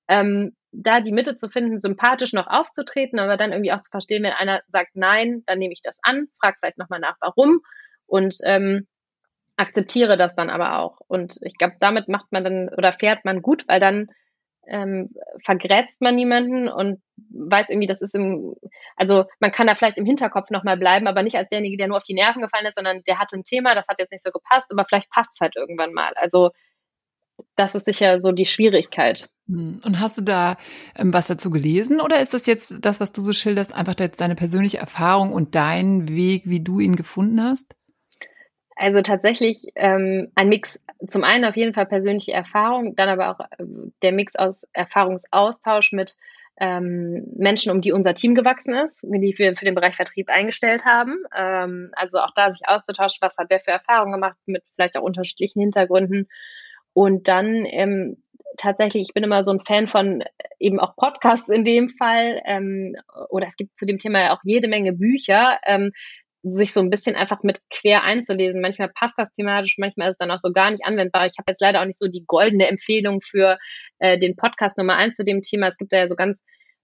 Da die Mitte zu finden, sympathisch noch aufzutreten, aber dann irgendwie auch zu verstehen, wenn einer sagt nein, dann nehme ich das an, frage vielleicht nochmal nach, warum und akzeptiere das dann aber auch. Und ich glaube, damit macht man dann oder fährt man gut, weil dann vergrätzt man niemanden und weiß irgendwie, das ist also man kann da vielleicht im Hinterkopf nochmal bleiben, aber nicht als derjenige, der nur auf die Nerven gefallen ist, sondern der hatte ein Thema, das hat jetzt nicht so gepasst, aber vielleicht passt es halt irgendwann mal. Also das ist sicher so die Schwierigkeit. Und hast du da was dazu gelesen oder ist das jetzt das, was du so schilderst, einfach jetzt deine persönliche Erfahrung und dein Weg, wie du ihn gefunden hast? Also tatsächlich ein Mix, zum einen auf jeden Fall persönliche Erfahrung, dann aber auch der Mix aus Erfahrungsaustausch mit Menschen, um die unser Team gewachsen ist, die wir für den Bereich Vertrieb eingestellt haben. Also auch da sich auszutauschen, was hat wer für Erfahrungen gemacht, mit vielleicht auch unterschiedlichen Hintergründen. Und dann tatsächlich, ich bin immer so ein Fan von eben auch Podcasts in dem Fall, oder es gibt zu dem Thema ja auch jede Menge Bücher, sich so ein bisschen einfach mit quer einzulesen. Manchmal passt das thematisch, manchmal ist es dann auch so gar nicht anwendbar. Ich habe jetzt leider auch nicht so die goldene Empfehlung für den Podcast Nummer 1 zu dem Thema. Es gibt da ja so ganz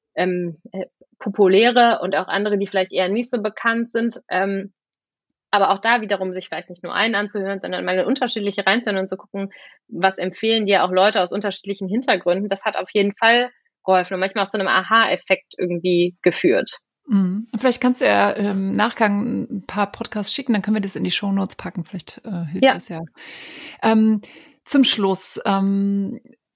populäre und auch andere, die vielleicht eher nicht so bekannt sind. Aber auch da wiederum sich vielleicht nicht nur einen anzuhören, sondern mal unterschiedliche reinzuhören und zu gucken, was empfehlen dir auch Leute aus unterschiedlichen Hintergründen. Das hat auf jeden Fall geholfen und manchmal auch zu einem Aha-Effekt irgendwie geführt. Vielleicht kannst du ja im Nachgang ein paar Podcasts schicken, dann können wir das in die Shownotes packen. Vielleicht hilft das ja. Zum Schluss,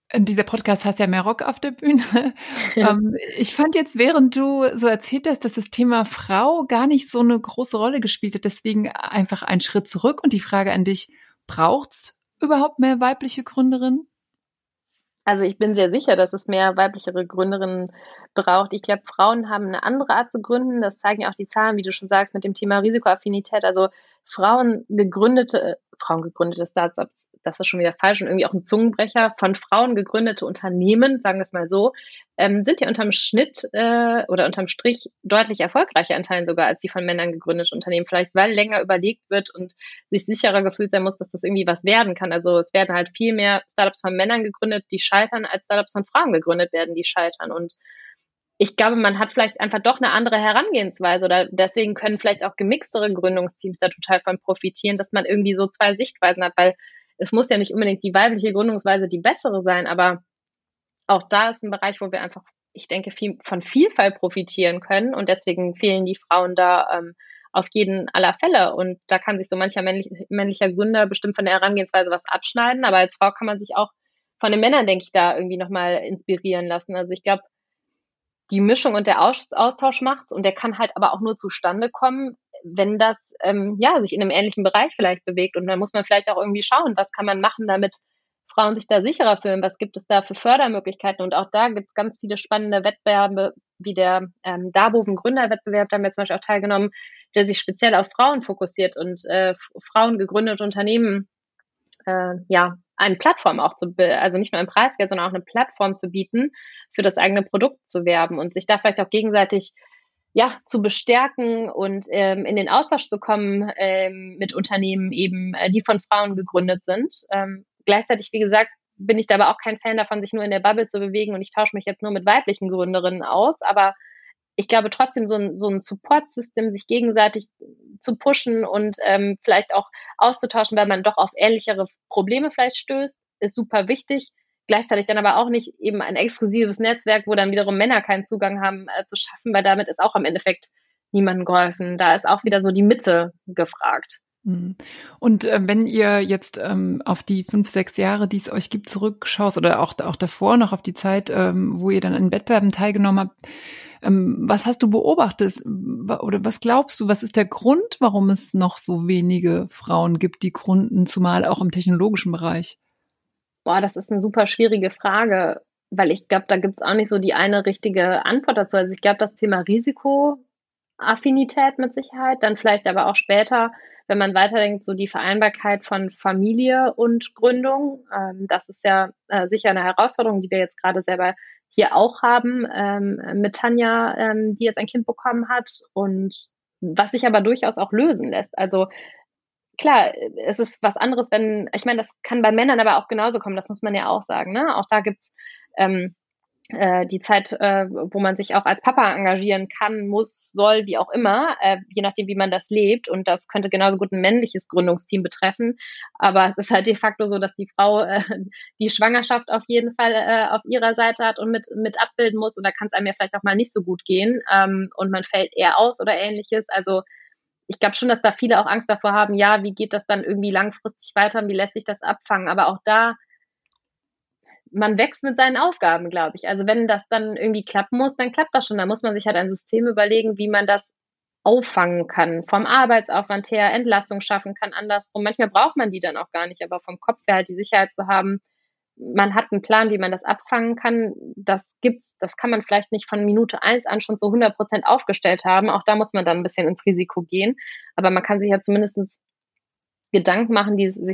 Dieser Podcast heißt ja mehr Rock auf der Bühne. Ich fand jetzt, während du so erzählt hast, dass das Thema Frau gar nicht so eine große Rolle gespielt hat. Deswegen einfach einen Schritt zurück und die Frage an dich, braucht's überhaupt mehr weibliche Gründerinnen? Also ich bin sehr sicher, dass es mehr weiblichere Gründerinnen braucht. Ich glaube, Frauen haben eine andere Art zu gründen. Das zeigen ja auch die Zahlen, wie du schon sagst, mit dem Thema Risikoaffinität. Also frauengegründete Startups, das ist schon wieder falsch und irgendwie auch ein Zungenbrecher, von Frauen gegründete Unternehmen, sagen wir es mal so, sind ja unterm Schnitt oder unterm Strich deutlich erfolgreicher in Teilen sogar als die von Männern gegründeten Unternehmen. Vielleicht, weil länger überlegt wird und sich sicherer gefühlt sein muss, dass das irgendwie was werden kann. Also es werden halt viel mehr Startups von Männern gegründet, die scheitern, als Startups von Frauen gegründet werden, die scheitern. Und ich glaube, man hat vielleicht einfach doch eine andere Herangehensweise oder deswegen können vielleicht auch gemixtere Gründungsteams da total von profitieren, dass man irgendwie so zwei Sichtweisen hat, weil es muss ja nicht unbedingt die weibliche Gründungsweise die bessere sein, aber auch da ist ein Bereich, wo wir einfach, ich denke, von Vielfalt profitieren können und deswegen fehlen die Frauen da auf jeden aller Fälle und da kann sich so mancher männlicher Gründer bestimmt von der Herangehensweise was abschneiden, aber als Frau kann man sich auch von den Männern, denke ich, da irgendwie nochmal inspirieren lassen. Also ich glaube, die Mischung und der Austausch macht's und der kann halt aber auch nur zustande kommen, wenn das sich in einem ähnlichen Bereich vielleicht bewegt und dann muss man vielleicht auch irgendwie schauen, was kann man machen, damit Frauen sich da sicherer fühlen, was gibt es da für Fördermöglichkeiten und auch da gibt es ganz viele spannende Wettbewerbe, wie der Darboven Gründerwettbewerb, da haben wir zum Beispiel auch teilgenommen, der sich speziell auf Frauen fokussiert und Frauen gegründete Unternehmen eine Plattform auch also nicht nur ein Preisgeld, sondern auch eine Plattform zu bieten, für das eigene Produkt zu werben und sich da vielleicht auch gegenseitig zu bestärken und in den Austausch zu kommen mit Unternehmen eben, die von Frauen gegründet sind. Gleichzeitig, wie gesagt, bin ich da aber auch kein Fan davon, sich nur in der Bubble zu bewegen und ich tausche mich jetzt nur mit weiblichen Gründerinnen aus, aber ich glaube trotzdem so ein Support-System, sich gegenseitig zu pushen und vielleicht auch auszutauschen, weil man doch auf ähnlichere Probleme vielleicht stößt, ist super wichtig. Gleichzeitig dann aber auch nicht eben ein exklusives Netzwerk, wo dann wiederum Männer keinen Zugang haben, zu schaffen, weil damit ist auch am Endeffekt niemandem geholfen. Da ist auch wieder so die Mitte gefragt. Und wenn ihr jetzt auf die 5, 6 Jahre, die es euch gibt, zurückschaust oder auch davor noch auf die Zeit, wo ihr dann an Wettbewerben teilgenommen habt, was hast du beobachtet oder was glaubst du, was ist der Grund, warum es noch so wenige Frauen gibt, die gründen, zumal auch im technologischen Bereich? Boah, das ist eine super schwierige Frage, weil ich glaube, da gibt es auch nicht so die eine richtige Antwort dazu. Also ich glaube, das Thema Risikoaffinität mit Sicherheit, dann vielleicht aber auch später, wenn man weiterdenkt, so die Vereinbarkeit von Familie und Gründung. Das ist ja sicher eine Herausforderung, die wir jetzt gerade selber hier auch haben mit Tanja, die jetzt ein Kind bekommen hat und was sich aber durchaus auch lösen lässt. Also klar, es ist was anderes, ich meine, das kann bei Männern aber auch genauso kommen, das muss man ja auch sagen, ne? Auch da gibt's die Zeit, wo man sich auch als Papa engagieren kann, muss, soll, wie auch immer, je nachdem, wie man das lebt. Und das könnte genauso gut ein männliches Gründungsteam betreffen. Aber es ist halt de facto so, dass die Frau die Schwangerschaft auf jeden Fall auf ihrer Seite hat und mit abbilden muss. Und da kann es einem ja vielleicht auch mal nicht so gut gehen. Und man fällt eher aus oder ähnliches. Also ich glaube schon, dass da viele auch Angst davor haben, ja, wie geht das dann irgendwie langfristig weiter, wie lässt sich das abfangen? Aber auch da, man wächst mit seinen Aufgaben, glaube ich. Also wenn das dann irgendwie klappen muss, dann klappt das schon. Da muss man sich halt ein System überlegen, wie man das auffangen kann. Vom Arbeitsaufwand her, Entlastung schaffen kann, andersrum. Manchmal braucht man die dann auch gar nicht, aber vom Kopf her halt die Sicherheit zu haben, man hat einen Plan, wie man das abfangen kann. Das kann man vielleicht nicht von Minute 1 an schon zu 100% aufgestellt haben. Auch da muss man dann ein bisschen ins Risiko gehen. Aber man kann sich ja zumindest Gedanken machen,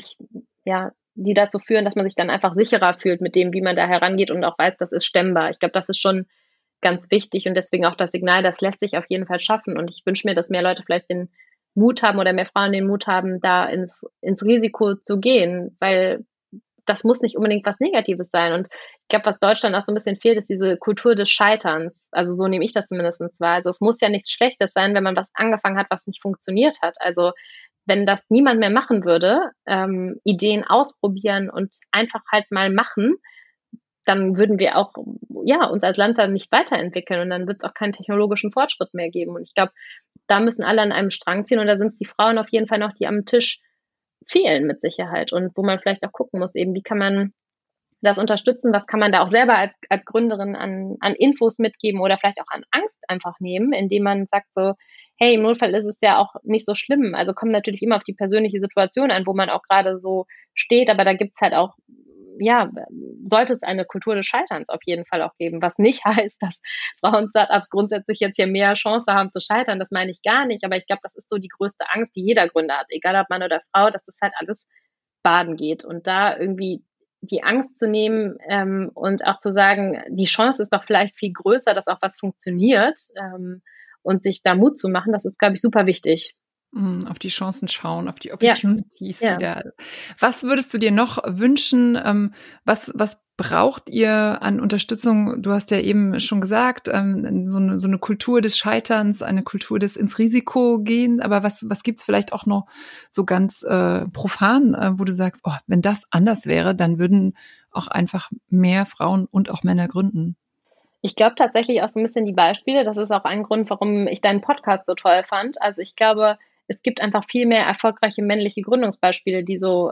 die dazu führen, dass man sich dann einfach sicherer fühlt mit dem, wie man da herangeht und auch weiß, das ist stemmbar. Ich glaube, das ist schon ganz wichtig und deswegen auch das Signal, das lässt sich auf jeden Fall schaffen. Und ich wünsche mir, dass mehr Leute vielleicht den Mut haben oder mehr Frauen den Mut haben, da ins Risiko zu gehen, weil das muss nicht unbedingt was Negatives sein. Und ich glaube, was Deutschland auch so ein bisschen fehlt, ist diese Kultur des Scheiterns. Also so nehme ich das zumindest wahr. Also es muss ja nichts Schlechtes sein, wenn man was angefangen hat, was nicht funktioniert hat. Also wenn das niemand mehr machen würde, Ideen ausprobieren und einfach halt mal machen, dann würden wir auch uns als Land dann nicht weiterentwickeln und dann wird es auch keinen technologischen Fortschritt mehr geben. Und ich glaube, da müssen alle an einem Strang ziehen und da sind es die Frauen auf jeden Fall noch, die am Tisch fehlen mit Sicherheit und wo man vielleicht auch gucken muss, eben wie kann man das unterstützen, was kann man da auch selber als Gründerin an Infos mitgeben oder vielleicht auch an Angst einfach nehmen, indem man sagt so, hey, im Notfall ist es ja auch nicht so schlimm. Also kommt natürlich immer auf die persönliche Situation an, wo man auch gerade so steht, aber da gibt's halt auch, ja, sollte es eine Kultur des Scheiterns auf jeden Fall auch geben, was nicht heißt, dass Frauen-Startups grundsätzlich jetzt hier mehr Chance haben zu scheitern, das meine ich gar nicht, aber ich glaube, das ist so die größte Angst, die jeder Gründer hat, egal ob Mann oder Frau, dass das halt alles baden geht und da irgendwie die Angst zu nehmen und auch zu sagen, die Chance ist doch vielleicht viel größer, dass auch was funktioniert und sich da Mut zu machen, das ist, glaube ich, super wichtig. Auf die Chancen schauen, auf die Opportunities, ja. die da. Was würdest du dir noch wünschen? Was braucht ihr an Unterstützung? Du hast ja eben schon gesagt, so eine Kultur des Scheiterns, eine Kultur des ins Risiko gehen. Aber was gibt's vielleicht auch noch so ganz profan, wo du sagst, oh, wenn das anders wäre, dann würden auch einfach mehr Frauen und auch Männer gründen? Ich glaube tatsächlich auch so ein bisschen die Beispiele. Das ist auch ein Grund, warum ich deinen Podcast so toll fand. Also ich glaube, es gibt einfach viel mehr erfolgreiche männliche Gründungsbeispiele, die so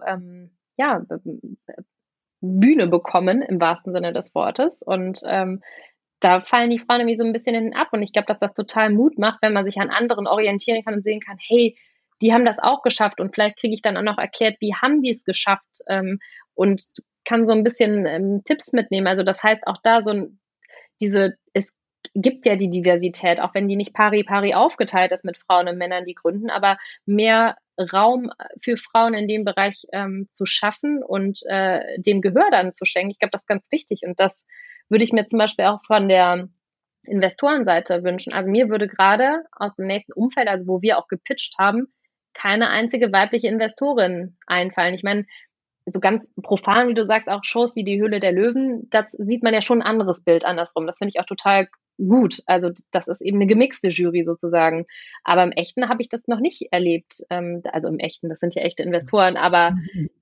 Bühne bekommen im wahrsten Sinne des Wortes. Und da fallen die Frauen irgendwie so ein bisschen hinten ab. Und ich glaube, dass das total Mut macht, wenn man sich an anderen orientieren kann und sehen kann, hey, die haben das auch geschafft. Und vielleicht kriege ich dann auch noch erklärt, wie haben die es geschafft und kann so ein bisschen Tipps mitnehmen. Also das heißt auch da es gibt ja die Diversität, auch wenn die nicht pari aufgeteilt ist mit Frauen und Männern, die gründen, aber mehr Raum für Frauen in dem Bereich zu schaffen und dem Gehör dann zu schenken. Ich glaube, das ist ganz wichtig und das würde ich mir zum Beispiel auch von der Investorenseite wünschen. Also mir würde gerade aus dem nächsten Umfeld, also wo wir auch gepitcht haben, keine einzige weibliche Investorin einfallen. Ich meine, so ganz profan, wie du sagst, auch Shows wie die Höhle der Löwen, das sieht man ja schon ein anderes Bild andersrum. Das finde ich auch total gut. Also das ist eben eine gemixte Jury sozusagen. Aber im Echten habe ich das noch nicht erlebt. Also im Echten, das sind ja echte Investoren, aber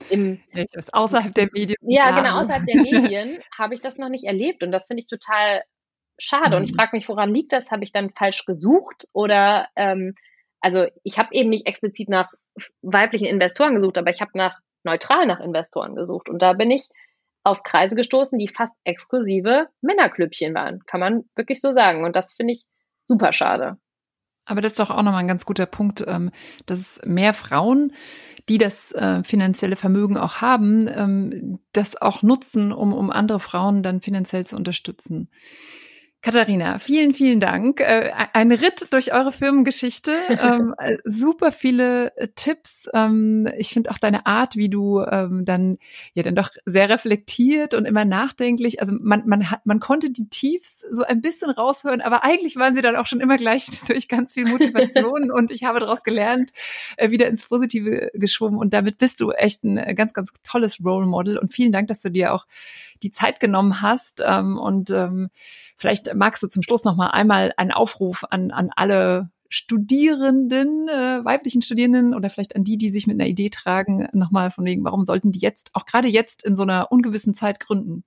außerhalb der Medien. Ja, genau, außerhalb der Medien habe ich das noch nicht erlebt und das finde ich total schade. Und ich frage mich, woran liegt das? Habe ich dann falsch gesucht? Oder also ich habe eben nicht explizit nach weiblichen Investoren gesucht, aber ich habe neutral nach Investoren gesucht. Und da bin ich auf Kreise gestoßen, die fast exklusive Männerklüppchen waren. Kann man wirklich so sagen. Und das finde ich super schade. Aber das ist doch auch nochmal ein ganz guter Punkt, dass es mehr Frauen, die das finanzielle Vermögen auch haben, das auch nutzen, um andere Frauen dann finanziell zu unterstützen. Katharina, vielen, vielen Dank. Ein Ritt durch eure Firmengeschichte, super viele Tipps. Ich finde auch deine Art, wie du dann doch sehr reflektiert und immer nachdenklich. Also man konnte die Tiefs so ein bisschen raushören, aber eigentlich waren sie dann auch schon immer gleich durch ganz viel Motivation und ich habe daraus gelernt, wieder ins Positive geschoben. Und damit bist du echt ein ganz, ganz tolles Role Model. Und vielen Dank, dass du dir auch die Zeit genommen hast und vielleicht magst du zum Schluss noch mal einmal einen Aufruf an alle Studierenden, weiblichen Studierenden oder vielleicht an die sich mit einer Idee tragen, noch mal von wegen, warum sollten die jetzt, auch gerade jetzt in so einer ungewissen Zeit gründen?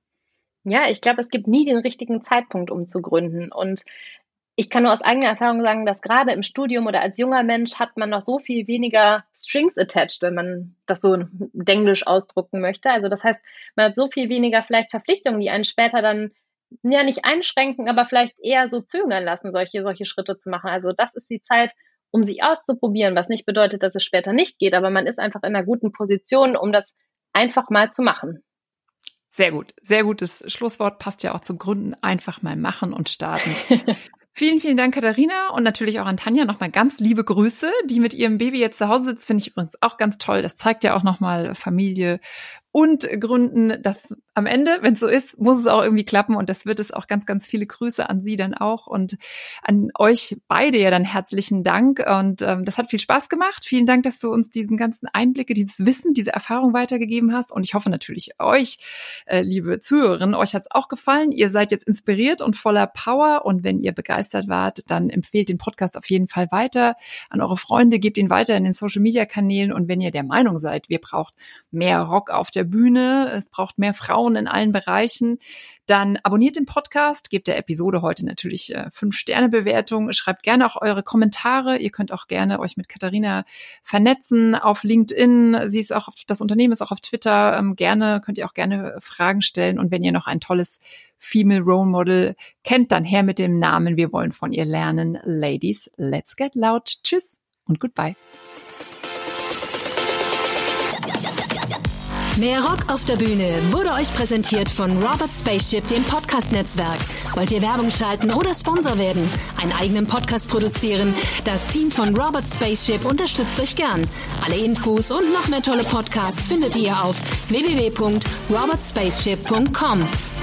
Ja, ich glaube, es gibt nie den richtigen Zeitpunkt, um zu gründen. Und ich kann nur aus eigener Erfahrung sagen, dass gerade im Studium oder als junger Mensch hat man noch so viel weniger Strings attached, wenn man das so denglisch ausdrucken möchte. Also das heißt, man hat so viel weniger vielleicht Verpflichtungen, die einen später dann ja nicht einschränken, aber vielleicht eher so zögern lassen, solche Schritte zu machen. Also das ist die Zeit, um sich auszuprobieren, was nicht bedeutet, dass es später nicht geht, aber man ist einfach in einer guten Position, um das einfach mal zu machen. Sehr gut, sehr gutes Schlusswort, passt ja auch zum Gründen, einfach mal machen und starten. Vielen, vielen Dank, Katharina, und natürlich auch an Tanja nochmal ganz liebe Grüße, die mit ihrem Baby jetzt zu Hause sitzt, finde ich übrigens auch ganz toll. Das zeigt ja auch nochmal Familie und Gründen, dass am Ende, wenn es so ist, muss es auch irgendwie klappen und das wird es auch. Ganz, ganz viele Grüße an Sie dann auch und an euch beide ja dann herzlichen Dank und das hat viel Spaß gemacht. Vielen Dank, dass du uns diesen ganzen Einblicke, dieses Wissen, diese Erfahrung weitergegeben hast und ich hoffe natürlich euch, liebe Zuhörerinnen, euch hat's auch gefallen. Ihr seid jetzt inspiriert und voller Power und wenn ihr begeistert wart, dann empfehlt den Podcast auf jeden Fall weiter an eure Freunde, gebt ihn weiter in den Social-Media-Kanälen und wenn ihr der Meinung seid, wir brauchen mehr Rock auf der Bühne, es braucht mehr Frauen Frauen in allen Bereichen, dann abonniert den Podcast, gebt der Episode heute natürlich 5-Sterne-Bewertung, schreibt gerne auch eure Kommentare. Ihr könnt auch gerne euch mit Katharina vernetzen auf LinkedIn. Das Unternehmen ist auch auf Twitter. Könnt ihr auch gerne Fragen stellen. Und wenn ihr noch ein tolles Female Role Model kennt, dann her mit dem Namen. Wir wollen von ihr lernen. Ladies, let's get loud. Tschüss und goodbye. Mehr Rock auf der Bühne wurde euch präsentiert von Robert Spaceship, dem Podcast-Netzwerk. Wollt ihr Werbung schalten oder Sponsor werden? Einen eigenen Podcast produzieren? Das Team von Robert Spaceship unterstützt euch gern. Alle Infos und noch mehr tolle Podcasts findet ihr auf www.robertspaceship.com.